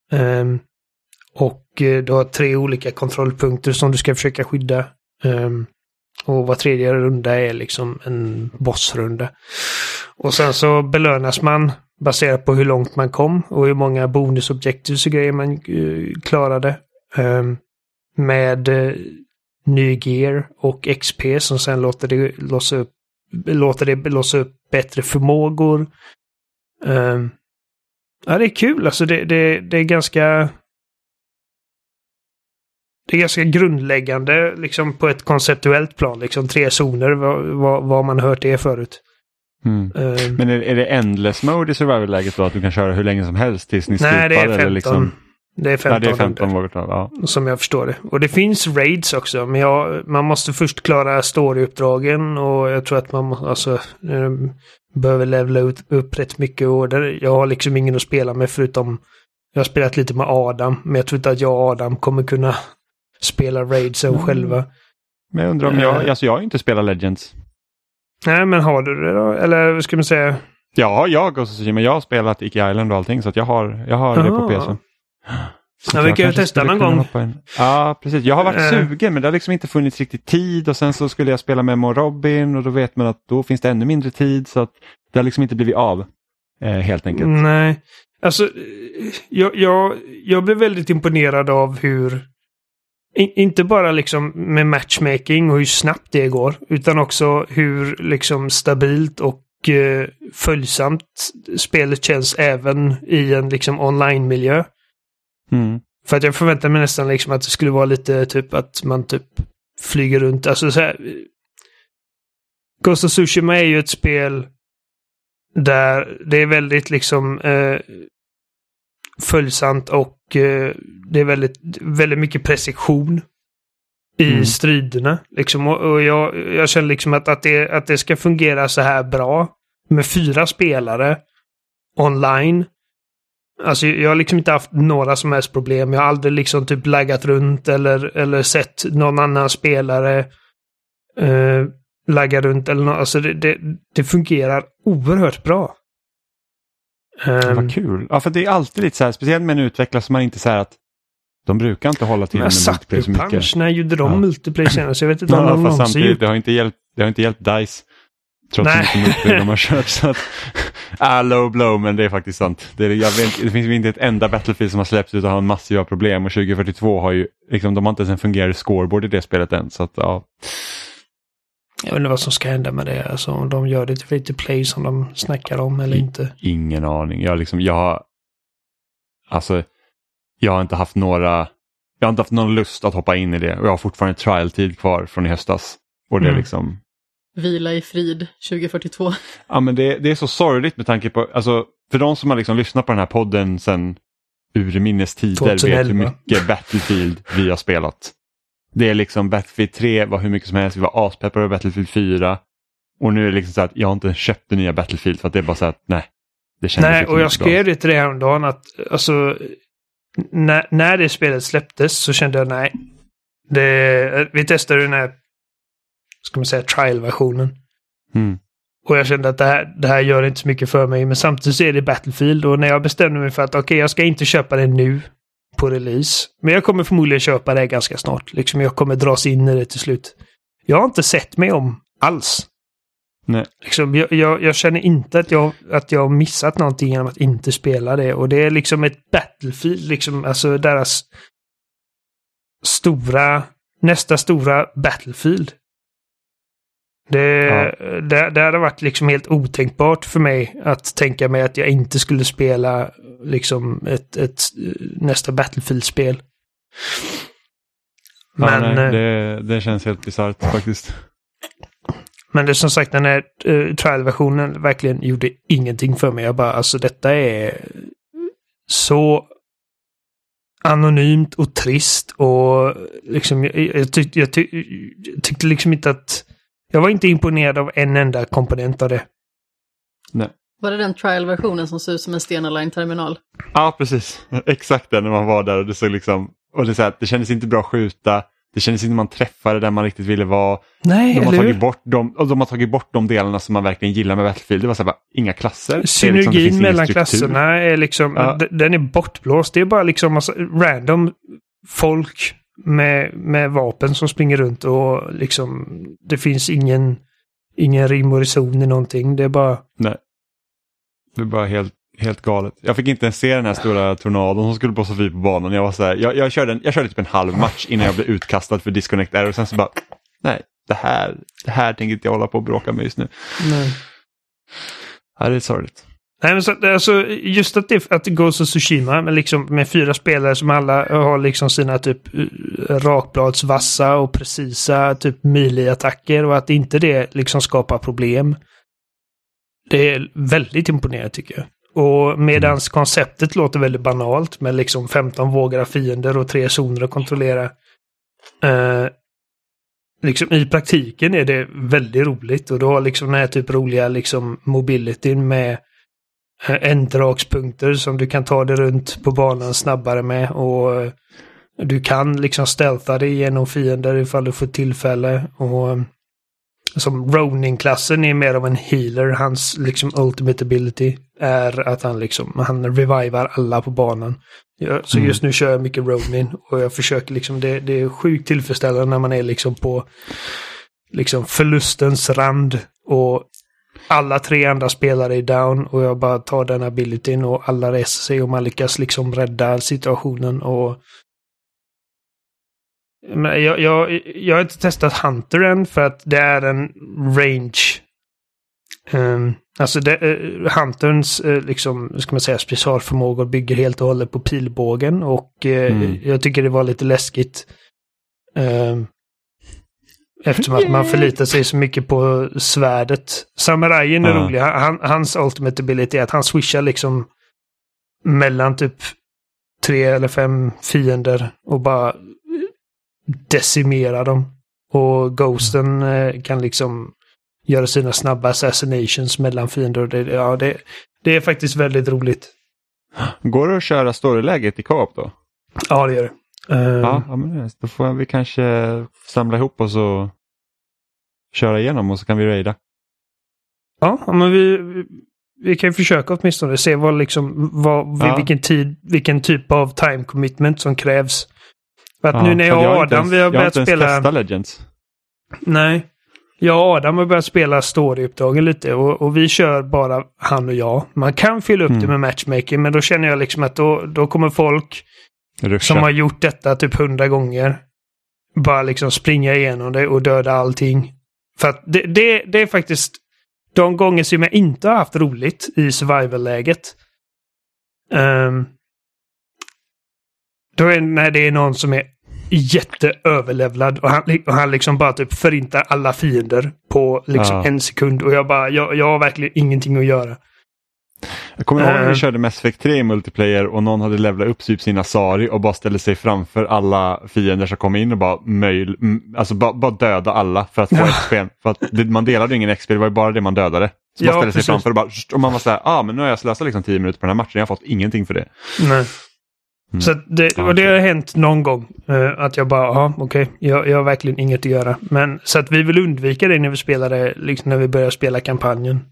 Och du har 3 olika kontrollpunkter som du ska försöka skydda. Och var tredje runda är liksom en bossrunda. Och sen så belönas man baserat på hur långt man kom och hur många bonusobjectives och grejer man klarade. Med ny gear och XP som sen låter det låsa upp bättre förmågor. Ja, det är kul. Alltså det är ganska grundläggande liksom på ett konceptuellt plan. Liksom 3 zoner, vad man hört det förut. Men är det endless mode i survival-läget då? Att du kan köra hur länge som helst tills ni stupar? Nej, det är 15. Eller liksom... Det är 15, det är 15 vågor, ja. Som jag förstår det. Och det finns raids också. Men man måste först klara storyuppdragen. Och jag tror att man behöver levela upp rätt mycket. Och jag har liksom ingen att spela med förutom... Jag har spelat lite med Adam. Men jag tror inte att jag och Adam kommer kunna spela raidsen själva. Men jag undrar om jag har inte spelat Legends. Nej, men har du det då? Eller vad ska man säga? Ja, jag har spelat Iki Island och allting. Så att jag har det på PC. Ja, vi kan ju testa någon gång. Ja, precis. Jag har varit sugen men det har liksom inte funnits riktigt tid och sen så skulle jag spela med Mo Robin och då vet man att då finns det ännu mindre tid så att det har liksom inte blivit av helt enkelt. Nej, alltså jag blev väldigt imponerad av hur inte bara liksom med matchmaking och hur snabbt det går utan också hur liksom stabilt och följsamt spelet känns även i en liksom online-miljö. För att jag förväntar mig nästan liksom att det skulle vara lite typ att man typ flyger runt. Alltså så här, Ghost of Tsushima är ju ett spel där det är väldigt liksom följsamt och det är väldigt mycket precision i striderna. Liksom, och jag känner liksom att det ska fungera så här bra med 4 spelare online. Alltså jag har liksom inte haft några som helst problem. Jag har aldrig liksom typ laggat runt eller sett någon annan spelare lagga runt eller något. Alltså det fungerar oerhört bra. Vad kul. Ja, för det är alltid lite så här, speciellt med en utvecklare som man inte säger att de brukar inte hålla till med multiplayer så mycket. När gjorde de multiplayer senast? Jag vet inte om någon samtidigt, det har inte hjälpt DICE. Trots hur mycket multiplayer de har kört. Så att, low blow, men det är faktiskt sant. Det finns inte ett enda Battlefield som har släppts utan har massiva problem. Och 2042 har ju, liksom, de har inte ens en fungerande scoreboard i det spelet än. Så att, ja. Jag undrar vad som ska hända med det. Alltså, om de gör det till free to play som de snackar om eller inte. Ingen aning. Jag har inte haft någon lust att hoppa in i det. Och jag har fortfarande trial-tid kvar från i höstas. Och det är liksom... Vila i frid 2042. Ja, men det är så sorgligt med tanke på... Alltså, för de som har liksom lyssnat på den här podden sedan urminnes tider 2011. vet hur mycket Battlefield vi har spelat. Det är liksom Battlefield 3 var hur mycket som helst. Vi var aspeppade på Battlefield 4. Och nu är det liksom så att jag inte köpt det nya Battlefield för att det är bara så att nej. Det känns nej, liksom och jag skrev det till dig häromdagen att alltså, när det spelet släpptes så kände jag nej. Vi testade den här, ska man säga, trial-versionen. Och jag kände att det här gör inte så mycket för mig. Men samtidigt så är det Battlefield. Och när jag bestämde mig för att okej, jag ska inte köpa det nu på release. Men jag kommer förmodligen köpa det ganska snart. Liksom jag kommer dras in i det till slut. Jag har inte sett mig om alls. Nej. Liksom, jag känner inte att jag har missat någonting genom att inte spela det. Och det är liksom ett Battlefield. Liksom, alltså deras nästa stora Battlefield. Det hade varit liksom helt otänkbart för mig att tänka mig att jag inte skulle spela liksom ett nästa Battlefield-spel. Men det känns helt bisarrt faktiskt. Men det är som sagt, den här trial-versionen verkligen gjorde ingenting för mig. Jag bara, alltså detta är så anonymt och trist och liksom jag tyckte liksom inte att jag var inte imponerad av en enda komponent av det. Nej. Var det den trial-versionen som ser ut som en Stena Line-terminal? Ja, precis. Exakt den när man var där och det såg liksom, och det, så här, det kändes inte bra att skjuta. Det kändes inte man träffade där man riktigt ville vara. Nej, de har tagit bort de delarna som man verkligen gillar med Battlefield. Det var så här, inga klasser. Synergin det liksom, mellan klasserna är liksom, den är bortblåst. Det är bara liksom massa random folk med vapen som springer runt och liksom det finns ingen rim och reson i någonting. Det är bara... Nej. Det är bara helt galet. Jag fick inte ens se den här stora tornadon som skulle blåsa förbi på banan. Jag var så här, jag körde typ en halv match innan jag blev utkastad för disconnect error och sen så bara, nej, det här tänker inte jag hålla på och bråka med just nu. Nej. Ja, det är sorgligt. Nej, men så, alltså, just att det Ghost of Tsushima med 4 spelare som alla har liksom sina typ rakbladsvassa och precisa typ melee-attacker och att inte det liksom skapar problem. Det är väldigt imponerande tycker jag. Och medans konceptet låter väldigt banalt med liksom 15 vågor fiender och 3 zoner att kontrollera. Liksom i praktiken är det väldigt roligt och du har liksom den här typ roliga liksom mobilityn med ändrakspunkter som du kan ta dig runt på banan snabbare med och du kan liksom stealtha dig genom fiender ifall du får tillfälle och som Ronin-klassen är mer av en healer. Hans liksom ultimate ability är att han revivar alla på banan. Så just nu kör jag mycket Ronin och jag försöker liksom, det är sjukt tillfredsställande när man är liksom på liksom förlustens rand och alla 3 andra spelare är down och jag bara tar den abilityn och alla reser sig och man lyckas liksom rädda situationen och men jag har inte testat Hunter än för att det är en range. Alltså Hunterns liksom, ska man säga, specialförmågor bygger helt och hållet på pilbågen och jag tycker det var lite läskigt. Eftersom att man förlitar sig så mycket på svärdet. Samurajen är rolig. Hans ultimate ability är att han swishar liksom mellan typ 3 eller 5 fiender och bara decimera dem. Och Ghosten kan liksom göra sina snabba assassinations mellan fiender. Och det är faktiskt väldigt roligt. Går det att köra storyläget i co-op då? Ja, det gör det. Ja, men då får vi kanske samla ihop oss och köra igenom och så kan vi raida. Ja, men vi kan ju försöka åtminstone se vad liksom, vilken typ av time commitment som krävs. För att nu när jag och Adam vi har börjat spela... Jag har inte ens testat Legends. Nej. Jag och Adam har börjat spela storyuppdragen lite och vi kör bara han och jag. Man kan fylla upp det med matchmaking, men då känner jag liksom att då kommer folk som har gjort detta typ 100 gånger bara liksom springa igenom det och döda allting. För att det är faktiskt de gånger som jag inte har haft roligt i survival-läget. Då är när det är någon som är jätteöverlevlad och han liksom bara typ förintar alla fiender på liksom en sekund och jag har verkligen ingenting att göra. Jag kommer ihåg när vi körde Mass Effect 3 i multiplayer och någon hade levlat upp typ sina Sari och bara ställde sig framför alla fiender som kom in och bara döda alla för att få XP. För att man delade ingen XP, det var ju bara det man dödade. Så man ställde sig framför och man var såhär, men nu har jag slösat liksom 10 minuter på den här matchen, jag har fått ingenting för det. Nej. Så det har hänt någon gång att jag bara, okej, jag har verkligen inget att göra. Men så att vi vill undvika det när vi spelade, liksom när vi började spela kampanjen.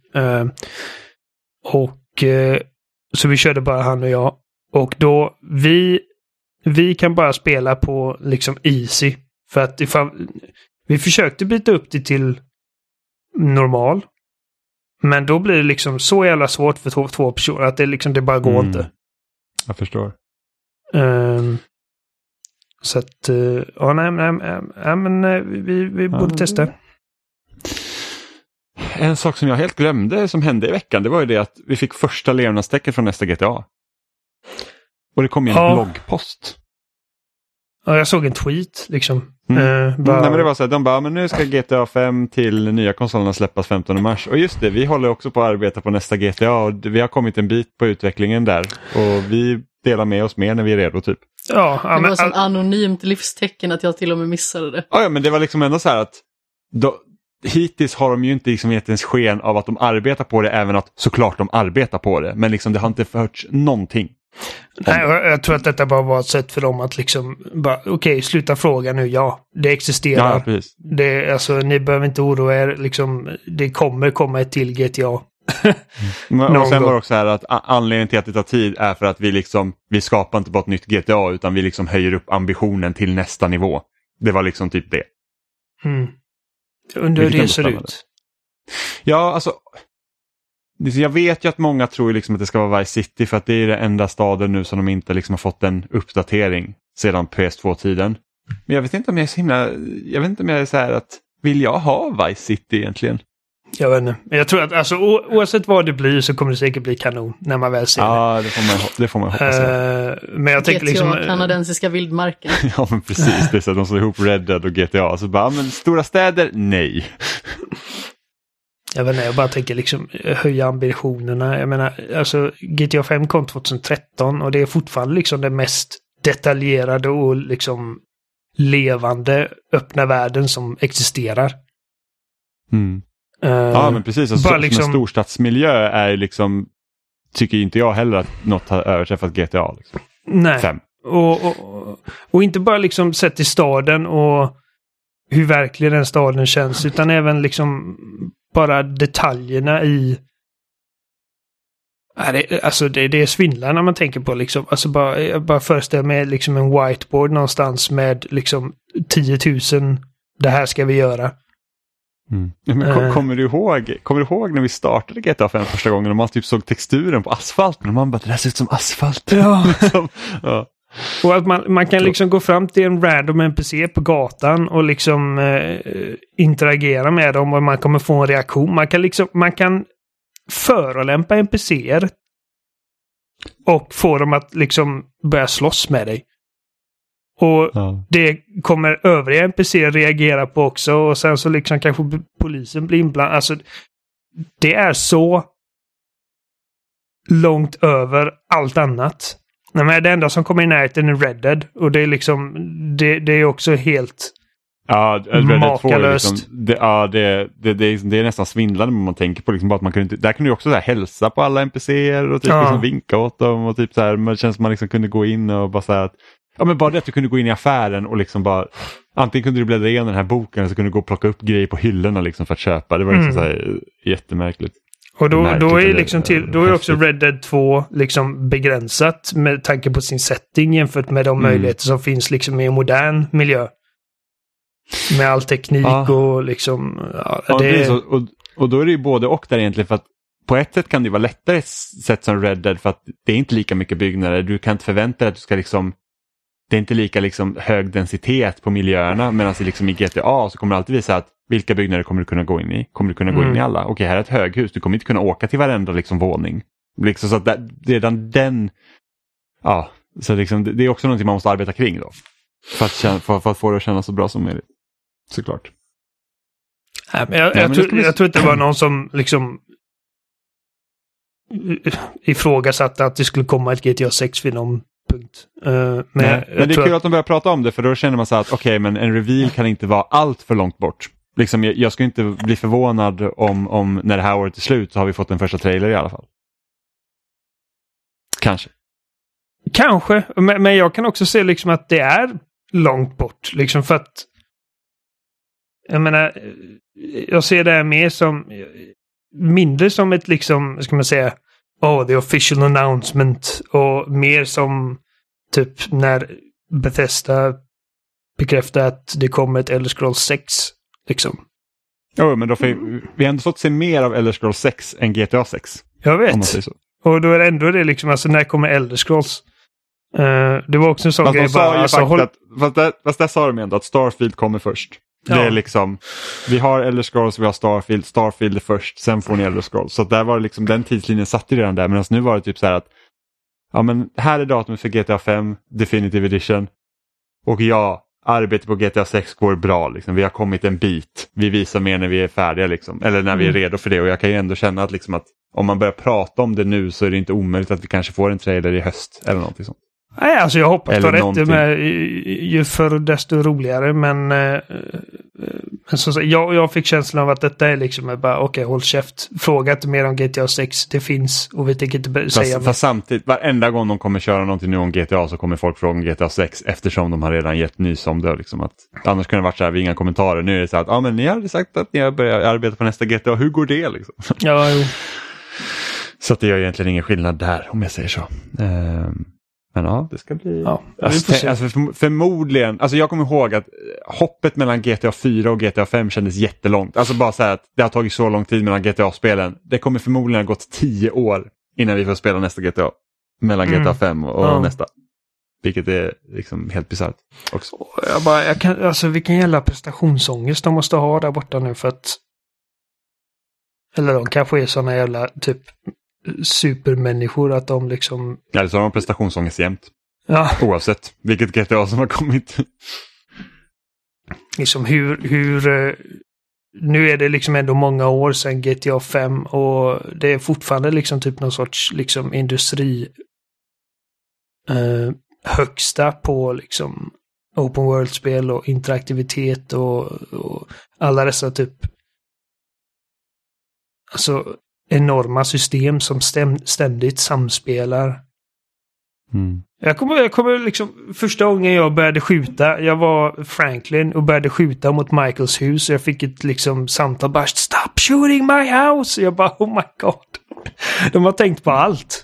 Så vi körde bara han och jag. Och då, vi kan bara spela på liksom easy. För att vi försökte byta upp det till normal. Men då blir det liksom så jävla svårt för två personer att det bara går inte. Jag förstår. Så att vi borde testa. En sak som jag helt glömde som hände i veckan, det var ju det att vi fick första levnadstecken från nästa GTA. Och det kom ju en bloggpost. Ja, jag såg en tweet liksom. Nej, men det var så här, de bara, men nu ska GTA 5 till nya konsolerna släppas 15 mars. Och just det, vi håller också på att arbeta på nästa GTA och vi har kommit en bit på utvecklingen där. Och vi delar med oss mer när vi är redo typ. Ja, det var så anonymt livstecken att jag till och med missade det. Ja, men det var liksom ändå så här att hittills har de ju inte liksom gett ens sken av att de arbetar på det, även att såklart de arbetar på det. Men liksom det har inte förts någonting. Nej, jag tror att detta bara var ett sätt för dem att liksom bara, okej, sluta fråga nu, det existerar. Ja, precis. Ni behöver inte oroa er, liksom, det kommer komma ett till GTA. Och sen var det också här att anledningen till att det tar tid är för att vi skapar inte bara ett nytt GTA, utan vi liksom höjer upp ambitionen till nästa nivå. Det var liksom typ det. Undrar hur det ser ut. Ja, alltså jag vet ju att många tror liksom att det ska vara Vice City, för att det är den enda staden nu som de inte liksom har fått en uppdatering sedan PS2-tiden. Men jag vet inte om jag är så här att vill jag ha Vice City egentligen? Jag vet inte. Jag tror att alltså, oavsett vad det blir så kommer det säkert bli kanon när man väl ser det. Ja, det får man hoppas. Men jag tänker liksom kanadensiska vildmarken. Ja, men precis. Det är så att de slår ihop Red Dead och GTA. Så bara, men stora städer, nej. Jag vet inte, jag bara tänker liksom höja ambitionerna. Jag menar, alltså GTA 5 kom 2013 och det är fortfarande liksom det mest detaljerade och liksom levande öppna världen som existerar. Ja, men precis. Alltså, som en storstadsmiljö är liksom, tycker inte jag heller att något har överträffat GTA. Liksom. Nej. 5. Och inte bara liksom sett i staden och hur verkligen den staden känns, utan även liksom bara detaljerna i... Det är svindlar när man tänker på liksom, alltså bara föreställa mig liksom en whiteboard någonstans med liksom 10 000, det här ska vi göra. Men kommer du ihåg när vi startade GTA 5 första gången och man typ såg texturen på asfalten och man bara, det där ser ut som asfalt. Ja. Ja. Och att man kan liksom gå fram till en random NPC på gatan och liksom interagera med dem och man kommer få en reaktion. Man kan förolämpa NPCer och få dem att liksom börja slåss med dig. Och det kommer övriga NPCer reagera på också, och sen så liksom kanske polisen blir inblandad. Alltså, det är så långt över allt annat. Nej, men det enda som kommer i närheten är Red Dead, och det är liksom det är också helt makalöst. Det är nästan svindlande om man tänker på liksom bara att man kunde, där kunde du också så här hälsa på alla NPCer och typ liksom vinka åt dem och typ så här, men det känns som man liksom kunde gå in och bara så här att, ja, men bara det att du kunde gå in i affären och liksom bara, antingen kunde du bläddra igenom den här boken eller så kunde du gå och plocka upp grejer på hyllorna liksom för att köpa. Det var liksom så här jättemärkligt. Och då är liksom då är också Red Dead 2 liksom begränsat med tanke på sin setting jämfört med de möjligheter som finns liksom i en modern miljö. Med all teknik och liksom... Och då är det ju både och där egentligen, för att på ett sätt kan det vara lättare sätt som Red Dead för att det är inte lika mycket byggnader. Du kan inte förvänta dig att du ska liksom... Det är inte lika liksom hög densitet på miljöerna, medan liksom i GTA så kommer det alltid visa att vilka byggnader kommer du kunna gå in i? Kommer du kunna gå in i alla? Okej, här är ett höghus. Du kommer inte kunna åka till varenda liksom våning. Liksom, så att redan den... Ja, så liksom, det är också någonting man måste arbeta kring då. För att få det att kännas så bra som möjligt. Såklart. Nej, men jag tror inte det var någon som liksom ifrågasatte att det skulle komma ett GTA 6 vid någon punkt. Men det är kul att de börjar prata om det, för då känner man så att okej, men en reveal kan inte vara allt för långt bort. Liksom, jag ska inte bli förvånad om när det här året är slut så har vi fått en första trailer i alla fall. Kanske, men jag kan också se liksom att det är långt bort. Liksom för att jag menar, jag ser det här mer som mindre som ett liksom, ska man säga, the official announcement, och mer som typ när Bethesda bekräftar att det kommer ett Elder Scrolls 6 liksom. Ja, men då får vi har ändå fått se mer av Elder Scrolls 6 än GTA 6. Jag vet. Och då är det ändå det liksom, alltså när kommer Elder Scrolls? Det var också en sån grej bara, alltså, fast där sa de ändå att Starfield kommer först. Ja. Det är liksom, vi har Elder Scrolls, vi har Starfield är först, sen får ni Elder Scrolls. Så där var det liksom, den tidslinjen satt ju redan där, medan nu var det typ så här att ja, men här är datumet för GTA 5 Definitive Edition, och arbetet på GTA 6 går bra liksom. Vi har kommit en bit, vi visar mer när vi är färdiga liksom, eller när vi är redo för det, och jag kan ju ändå känna att liksom att om man börjar prata om det nu så är det inte omöjligt att vi kanske får en trailer i höst eller någonting sånt. Nej, alltså jag hoppas på rätt med ju förr desto roligare, men så, jag fick känslan av att detta är liksom bara okej, håll käft, fråga inte mer om GTA 6, det finns och vi tänker inte säga. Fast samtidigt, varenda gång de kommer köra någonting nu om GTA så kommer folk fråga om GTA 6, eftersom de har redan gett nys om det liksom, att annars kunde det varit så här, vi inga kommentarer, nu är det så att men ni hade sagt att ni har börjat arbeta på nästa GTA, hur går det liksom? Ja, jo. Så att det gör egentligen ingen skillnad där, om jag säger så. Men ja, det ska bli... Ja, alltså förmodligen... Alltså jag kommer ihåg att hoppet mellan GTA 4 och GTA 5 kändes jättelångt. Alltså bara så här att det har tagit så lång tid mellan GTA-spelen. Det kommer förmodligen ha gått 10 år innan vi får spela nästa GTA. Mellan GTA 5 och nästa. Vilket är liksom helt bisarrt också. Vilken jävla prestationsångest de måste ha där borta nu, för att... Eller de kanske är såna jävla typ... supermänniskor att de liksom... Ja, det så har de prestationsångest jämt. Ja. Oavsett vilket GTA som har kommit. Liksom hur nu är det liksom ändå många år sedan GTA 5 och det är fortfarande liksom typ någon sorts liksom industri högsta på liksom open world-spel och interaktivitet och alla dessa typ alltså enorma system som ständigt samspelar. Jag kommer liksom första gången jag började skjuta, jag var Franklin och började skjuta mot Michaels hus, och jag fick ett liksom samtal bara, stop shooting my house, och jag bara, oh my god, de har tänkt på allt.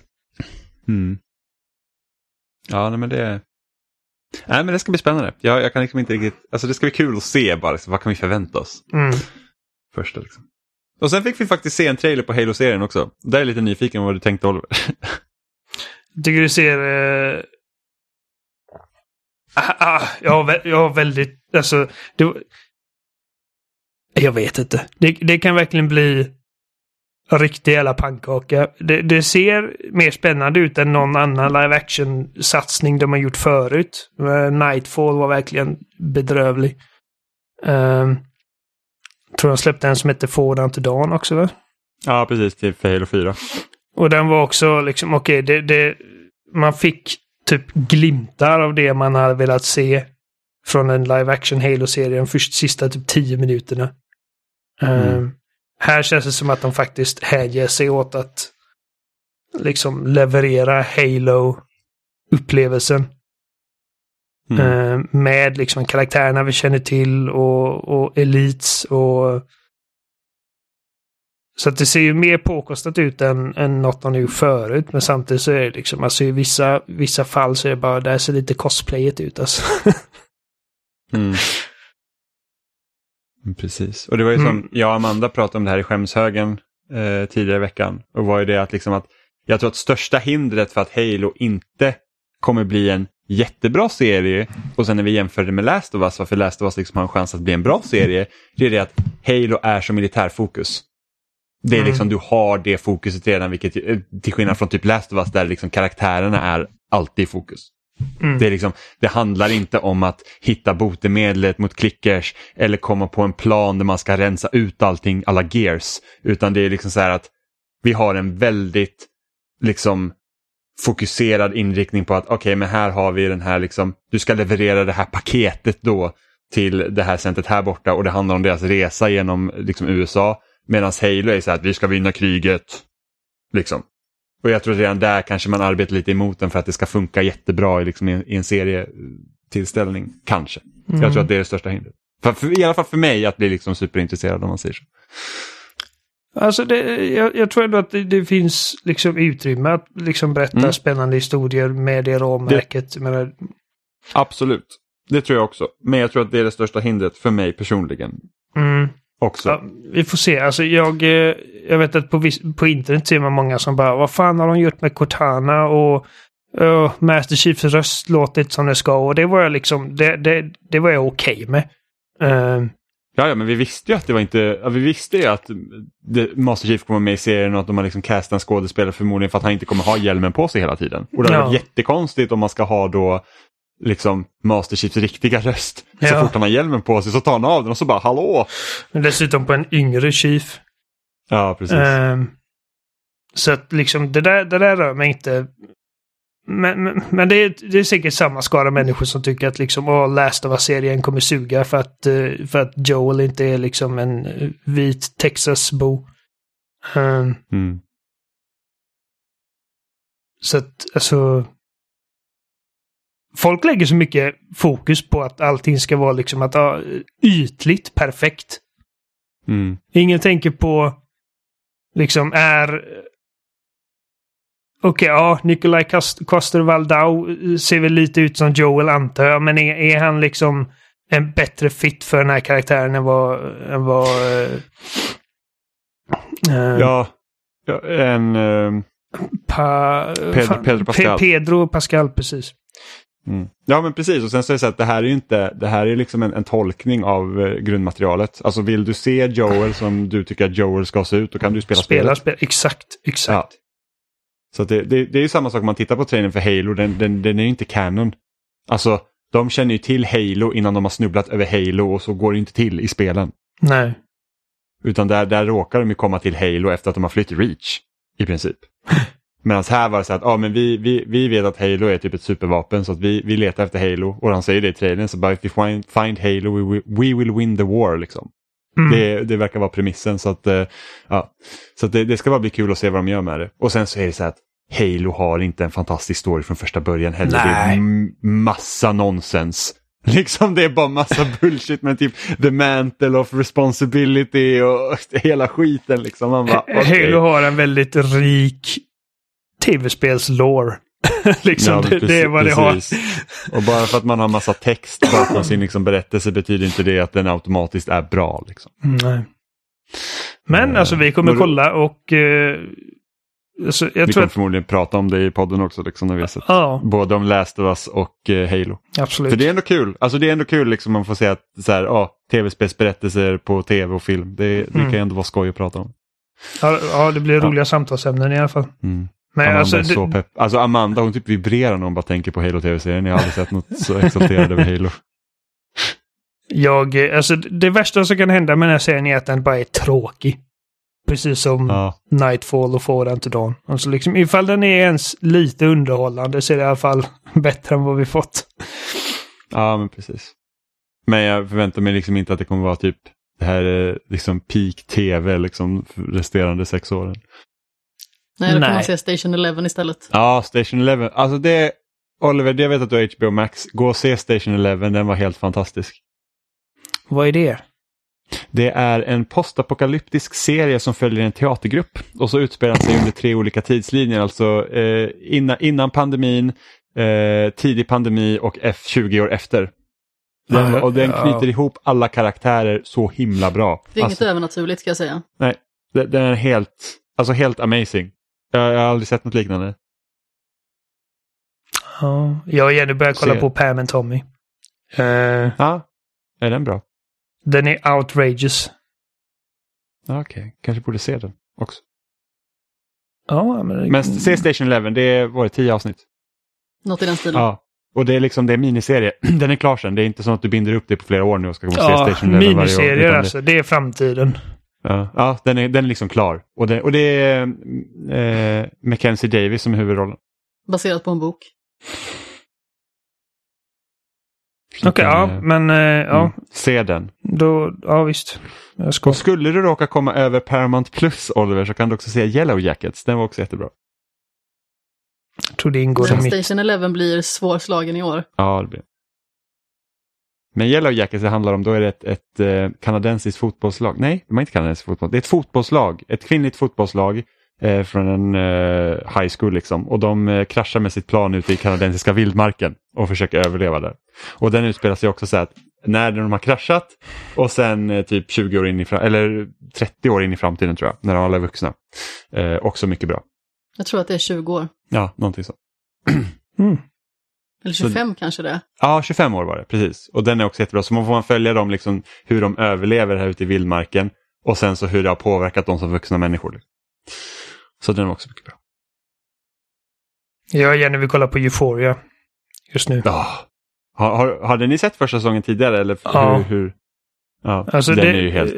Ja, men det ska bli spännande. Jag kan liksom inte riktigt, alltså det ska bli kul att se bara liksom, vad kan vi förvänta oss först liksom. Och sen fick vi faktiskt se en trailer på Halo-serien också. Där är jag lite nyfiken på vad du tänkte, Oliver. Tycker du ser... jag väldigt... Alltså, jag vet inte. Det kan verkligen bli en riktig jävla pannkaka. Det ser mer spännande ut än någon annan live-action-satsning de har gjort förut. Nightfall var verkligen bedrövlig. Tror jag släppte en som heter Forward Unto Dawn också, va? Ja, precis, till för Halo 4. Och den var också liksom, man fick typ glimtar av det man hade velat se från en live-action Halo-serien sista typ 10 minuterna. Här känns det som att de faktiskt hänger sig åt att liksom leverera Halo-upplevelsen. Med liksom karaktärerna vi känner till och elites och så att det ser ju mer påkostat ut än något de gjort förut, men samtidigt så är det liksom, alltså i vissa fall så är det bara, där ser lite cosplayet ut alltså. Precis. Och det var ju som jag och Amanda pratade om det här i skämshögen tidigare i veckan. Och var ju det att liksom att jag tror att största hindret för att Halo inte kommer bli en jättebra serie, och sen när vi jämför det med Last of Us, varför Last of Us liksom har en chans att bli en bra serie, det är det att Halo är som militärfokus. Det är liksom, du har det fokuset redan, vilket till skillnad från typ Last of Us där liksom karaktärerna är alltid i fokus. Det är liksom, det handlar inte om att hitta botemedlet mot clickers eller komma på en plan där man ska rensa ut allting alla Gears, utan det är liksom så här att vi har en väldigt liksom fokuserad inriktning på att okej, men här har vi den här liksom, du ska leverera det här paketet då till det här centret här borta, och det handlar om deras resa genom liksom USA, medan Halo är så här att vi ska vinna kriget liksom. Och jag tror att redan där kanske man arbetar lite emot den för att det ska funka jättebra liksom i en serietillställning, kanske. Jag tror att det är det största hindret. I alla fall för mig att bli liksom superintresserad, om man säger så. Alltså jag tror ändå att det finns liksom utrymme att liksom berätta spännande historier med det råmärket. Absolut, det tror jag också. Men jag tror att det är det största hindret för mig personligen. Också. Ja, vi får se. Alltså jag vet att på internet ser man många som bara, vad fan har de gjort med Cortana, och Master Chiefs röst låter inte som det ska, och det var jag liksom det var jag okej med. Ja, men vi visste ju att det var inte... Ja, vi visste ju att Master Chief kommer med i serien och att de har liksom castat en skådespelare förmodligen för att han inte kommer ha hjälmen på sig hela tiden. Och det hade varit jättekonstigt om man ska ha då liksom Master Chiefs riktiga röst. Så fort han har hjälmen på sig så tar han av den och så bara, hallå! Men dessutom på en yngre Chief. Ja, precis. Så att liksom det där rör mig inte. Men det är säkert samma skara människor som tycker att liksom Last of Us-serien kommer suga för att Joel inte är liksom en vit Texas-bo. Så att alltså folk lägger så mycket fokus på att allting ska vara liksom att ytligt perfekt. Ingen tänker på liksom Nikolaj Coster-Waldau ser väl lite ut som Joel, antar jag, men är han liksom en bättre fit för den här karaktären än vad Pedro Pascal, precis. Ja, men precis, och sen så är det så att det här är liksom en tolkning av grundmaterialet. Alltså vill du se Joel som du tycker att Joel ska se ut, då kan du spela spelet. Exakt. Ja. Så det är ju samma sak om man tittar på trailern för Halo, den är ju inte canon. Alltså, de känner ju till Halo innan de har snubblat över Halo, och så går det inte till i spelen. Nej. Utan där råkar de ju komma till Halo efter att de har flyttat Reach, i princip. Medan här var det så att men vi vet att Halo är typ ett supervapen, så att vi letar efter Halo, och han säger det i trailern, så bara if we find Halo we will win the war liksom. Det verkar vara premissen, så att så att det ska bara bli kul att se vad de gör med det. Och sen så är det så att Halo har inte en fantastisk story från första början heller. Nej. Det är massa nonsens. Liksom det är bara massa bullshit med typ the mantle of responsibility och hela skiten liksom. Man bara, okay. Halo har en väldigt rik tv-spels-lore. Liksom, det är vad det har. Och bara för att man har massa text bakom sin liksom berättelse betyder inte det att den automatiskt är bra liksom. Nej. Men alltså vi kommer kolla, och alltså, vi kommer förmodligen prata om det i podden också liksom, när vi har sett både om Last of Us och Halo. Absolut. För det är ändå kul. Alltså det är ändå kul liksom, man får se att så här, tv-spelsberättelser på tv och film. Det kan ju ändå vara skoj att prata om. Ja, det blir roliga samtalsämnen i alla fall. Men Amanda är så pepp. Alltså Amanda, hon typ vibrerar när hon bara tänker på Halo-tv-serien. Jag har aldrig sett något så exalterad över Halo. Alltså det värsta som kan hända med den här serien är att den bara är tråkig. Precis som Nightfall och Forward Unto Dawn. Alltså liksom, ifall den är ens lite underhållande så är det i alla fall bättre än vad vi fått. Ja, men precis. Men jag förväntar mig liksom inte att det kommer vara typ det här liksom peak tv liksom resterande 6 åren. Nej, då kan man se Station 11 istället. Ja, Station 11. Alltså det, Oliver, jag vet att du har HBO Max. Gå och se Station 11, den var helt fantastisk. Vad är det? Det är en postapokalyptisk serie som följer en teatergrupp. Och så utspelar sig under 3 olika tidslinjer. Alltså innan pandemin, tidig pandemi och 20 år efter. Och den knyter ihop alla karaktärer så himla bra. Det är inget övernaturligt, ska jag säga. Nej, den är helt amazing. Jag har aldrig sett något liknande. Ja, jag har gärna börjat kolla på Pam and Tommy. Ja, är den bra? Den är outrageous. Okej, kanske borde se den också. Ja, men se Station 11, det var 10 avsnitt. Något i den stilen. Ja, och det är liksom, det är miniserie. Den är klar sen, det är inte så att du binder upp det på flera år nu och ska se Station 11 varje år. Miniserier alltså, det är framtiden. Ja, den är liksom klar. Och det är Mackenzie Davis som är huvudrollen. Baserat på en bok. Okej, ja, men ja. Se den. Då, ja visst. Och skulle du råka komma över Paramount Plus, Oliver, så kan du också se Yellow Jackets. Den var också jättebra. Jag tror det ingår i mitt. Station 11 blir svårslagen i år. Ja, det blir. Men Yellow Jackets det handlar om, då är det ett kanadensiskt fotbollslag. Nej, det är inte kanadensiskt fotboll. Det är ett fotbollslag, ett kvinnligt fotbollslag från en high school liksom. Och de kraschar med sitt plan ute i kanadensiska vildmarken och försöker överleva där. Och den utspelar sig också så att när de har kraschat och sen typ 20 år in i eller 30 år in i framtiden tror jag, när de alla är vuxna. Också mycket bra. Jag tror att det är 20 år. Ja, någonting så. Eller 25 så, kanske det. Ja, 25 år var det, precis. Och den är också jättebra. Så man får följa dem liksom, hur de överlever här ute i vildmarken. Och sen så hur det har påverkat dem som vuxna människor. Så den är också mycket bra. Jag gärna vill kolla på Euphoria just nu. Ja. Hade ni sett första säsongen tidigare? Eller ja. Ja, alltså den är ju helt...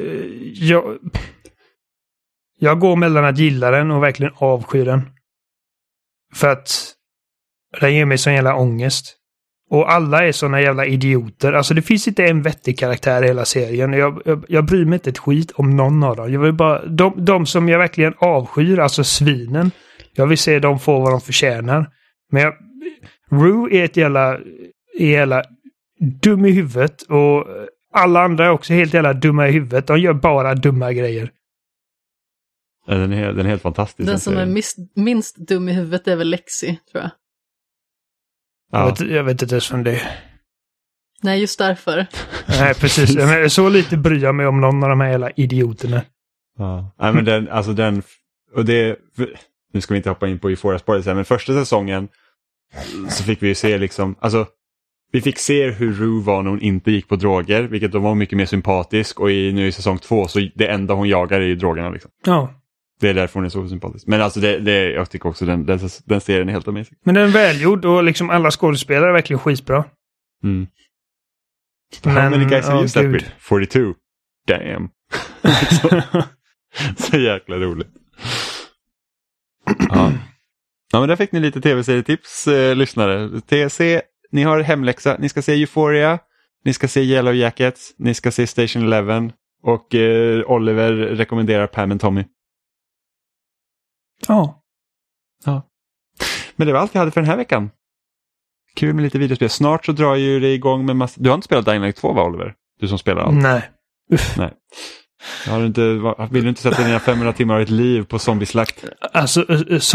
Jag går mellan att gilla den och verkligen avsky den. För att den ger mig sån jävla ångest. Och alla är såna jävla idioter. Alltså det finns inte en vettig karaktär i hela serien. Jag bryr mig inte ett skit om någon av dem. Jag vill bara, de som jag verkligen avskyr, alltså svinen. Jag vill se dem få vad de förtjänar. Men Rue är ett jävla dum i huvudet. Och alla andra är också helt jävla dumma i huvudet. De gör bara dumma grejer. Den är helt fantastisk. Den som är minst dum i huvudet är väl Lexi, tror jag. Ja. Jag vet inte ens om det. Nej, just därför. Nej, precis. Så lite bryr jag mig om någon av de här jävla idioterna. Ja. Nej, men den, och det, nu ska vi inte hoppa in på Euphoria spoilers här, men första säsongen så fick vi ju se liksom, alltså vi fick se hur Rue var när hon inte gick på droger, vilket då var mycket mer sympatisk, och nu i säsong 2 så det enda hon jagar är ju drogerna liksom. Ja. Det är därför hon är så sympatisk. Men alltså jag tycker också den serien är helt amazing. Men den är välgjord och liksom alla skådespelare är verkligen skitbra. Mm. How many guys have you slept with? 42. Damn. så jäkla roligt. Ja, men där fick ni lite tv-serietips, lyssnare. TC, ni har hemläxa. Ni ska se Euphoria, ni ska se Yellow Jackets, ni ska se Station 11 och Oliver rekommenderar Pam and Tommy. Ja. Men det var allt jag hade för den här veckan. Kul med lite videospel. Snart så drar ju det igång med massa... Du har inte spelat Dying Light 2, va, Oliver? Du som spelar allt. Nej. Nej. Vill du inte sätta dina 500 timmar av ditt liv på zombieslakt? Alltså,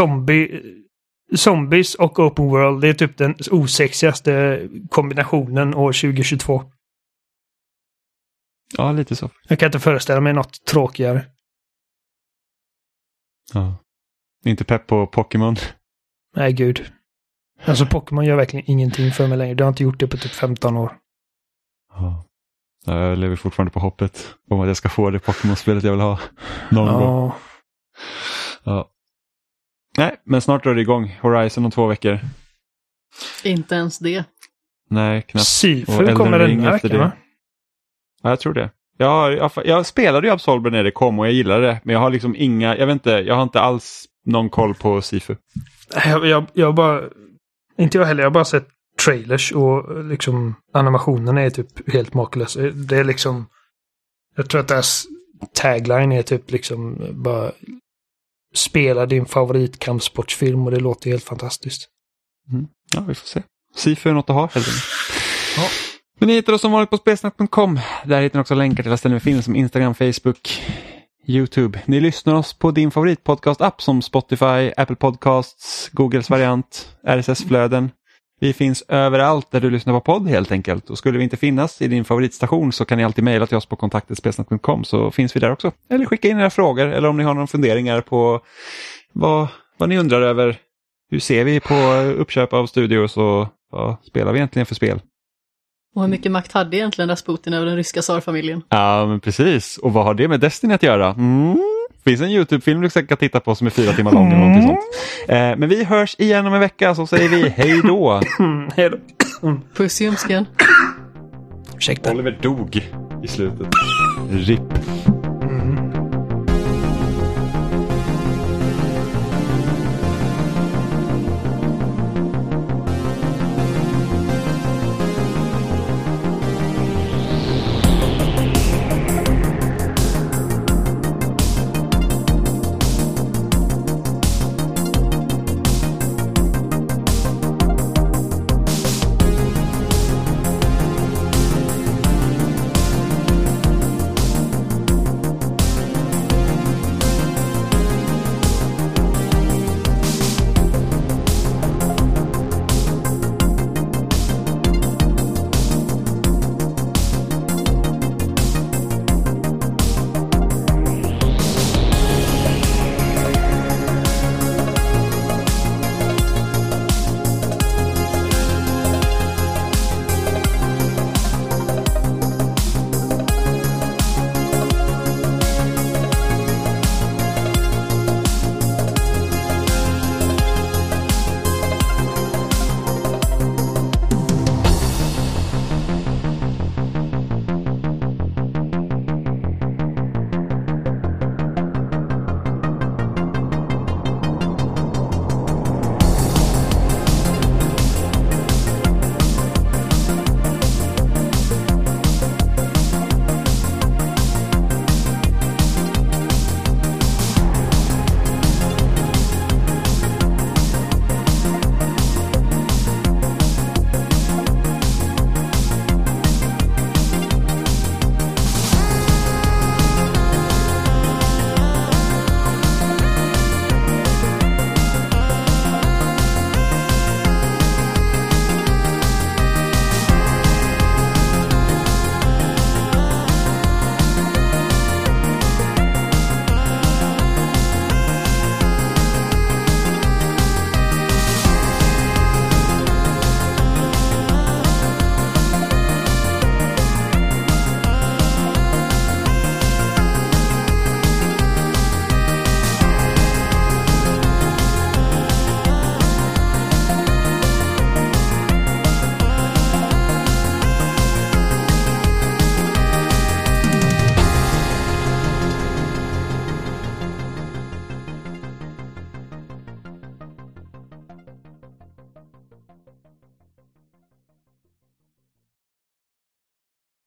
zombies och open world, det är typ den osexigaste kombinationen år 2022. Ja, lite så. Jag kan inte föreställa mig något tråkigare. Ja. Inte pepp på Pokémon. Nej, gud. Alltså Pokémon gör verkligen ingenting för mig längre. Du har inte gjort det på typ 15 år. Ja. Jag lever fortfarande på hoppet om att jag ska få det Pokémon-spelet jag vill ha någon gång. Ja. Nej, men snart drar det igång. Horizon om 2 veckor. Inte ens det. Nej, knappt. Sifu kommer den här veckan, va? Ja, jag tror det. Jag spelade ju Absolver när det kom och jag gillade det. Men jag har liksom jag har inte alls någon koll på Sifu. Jag bara... Inte jag heller, jag har bara sett trailers och liksom animationerna är typ helt makalösa. Det är liksom... Jag tror att deras tagline är typ liksom bara spela din favoritkampsportsfilm och det låter helt fantastiskt. Mm. Ja, vi får se. Sifu är något att ha helt enkelt. Ja. Men ni hittar oss som vanligt på spelsnack.com. Där hittar ni också länkar till att ställa med film som Instagram, Facebook, YouTube. Ni lyssnar oss på din favoritpodcast-app som Spotify, Apple Podcasts, Googles variant, RSS-flöden. Vi finns överallt där du lyssnar på podd helt enkelt. Och skulle vi inte finnas i din favoritstation så kan ni alltid mejla till oss på kontaktet@spelsnack.com, så finns vi där också. Eller skicka in era frågor, eller om ni har några funderingar på vad ni undrar över. Hur ser vi på uppköp av studios och vad spelar vi egentligen för spel? Och hur mycket makt hade egentligen Rasputin över den ryska tsarfamiljen? Ja, men precis. Och vad har det med Destiny att göra? Finns en YouTube-film du kan titta på som är 4 timmar lång eller någonting sånt. Men vi hörs igen om en vecka, så säger vi hej då. Hej då. Puss i ömskan. Ursäkta. Oliver dog i slutet. RIP.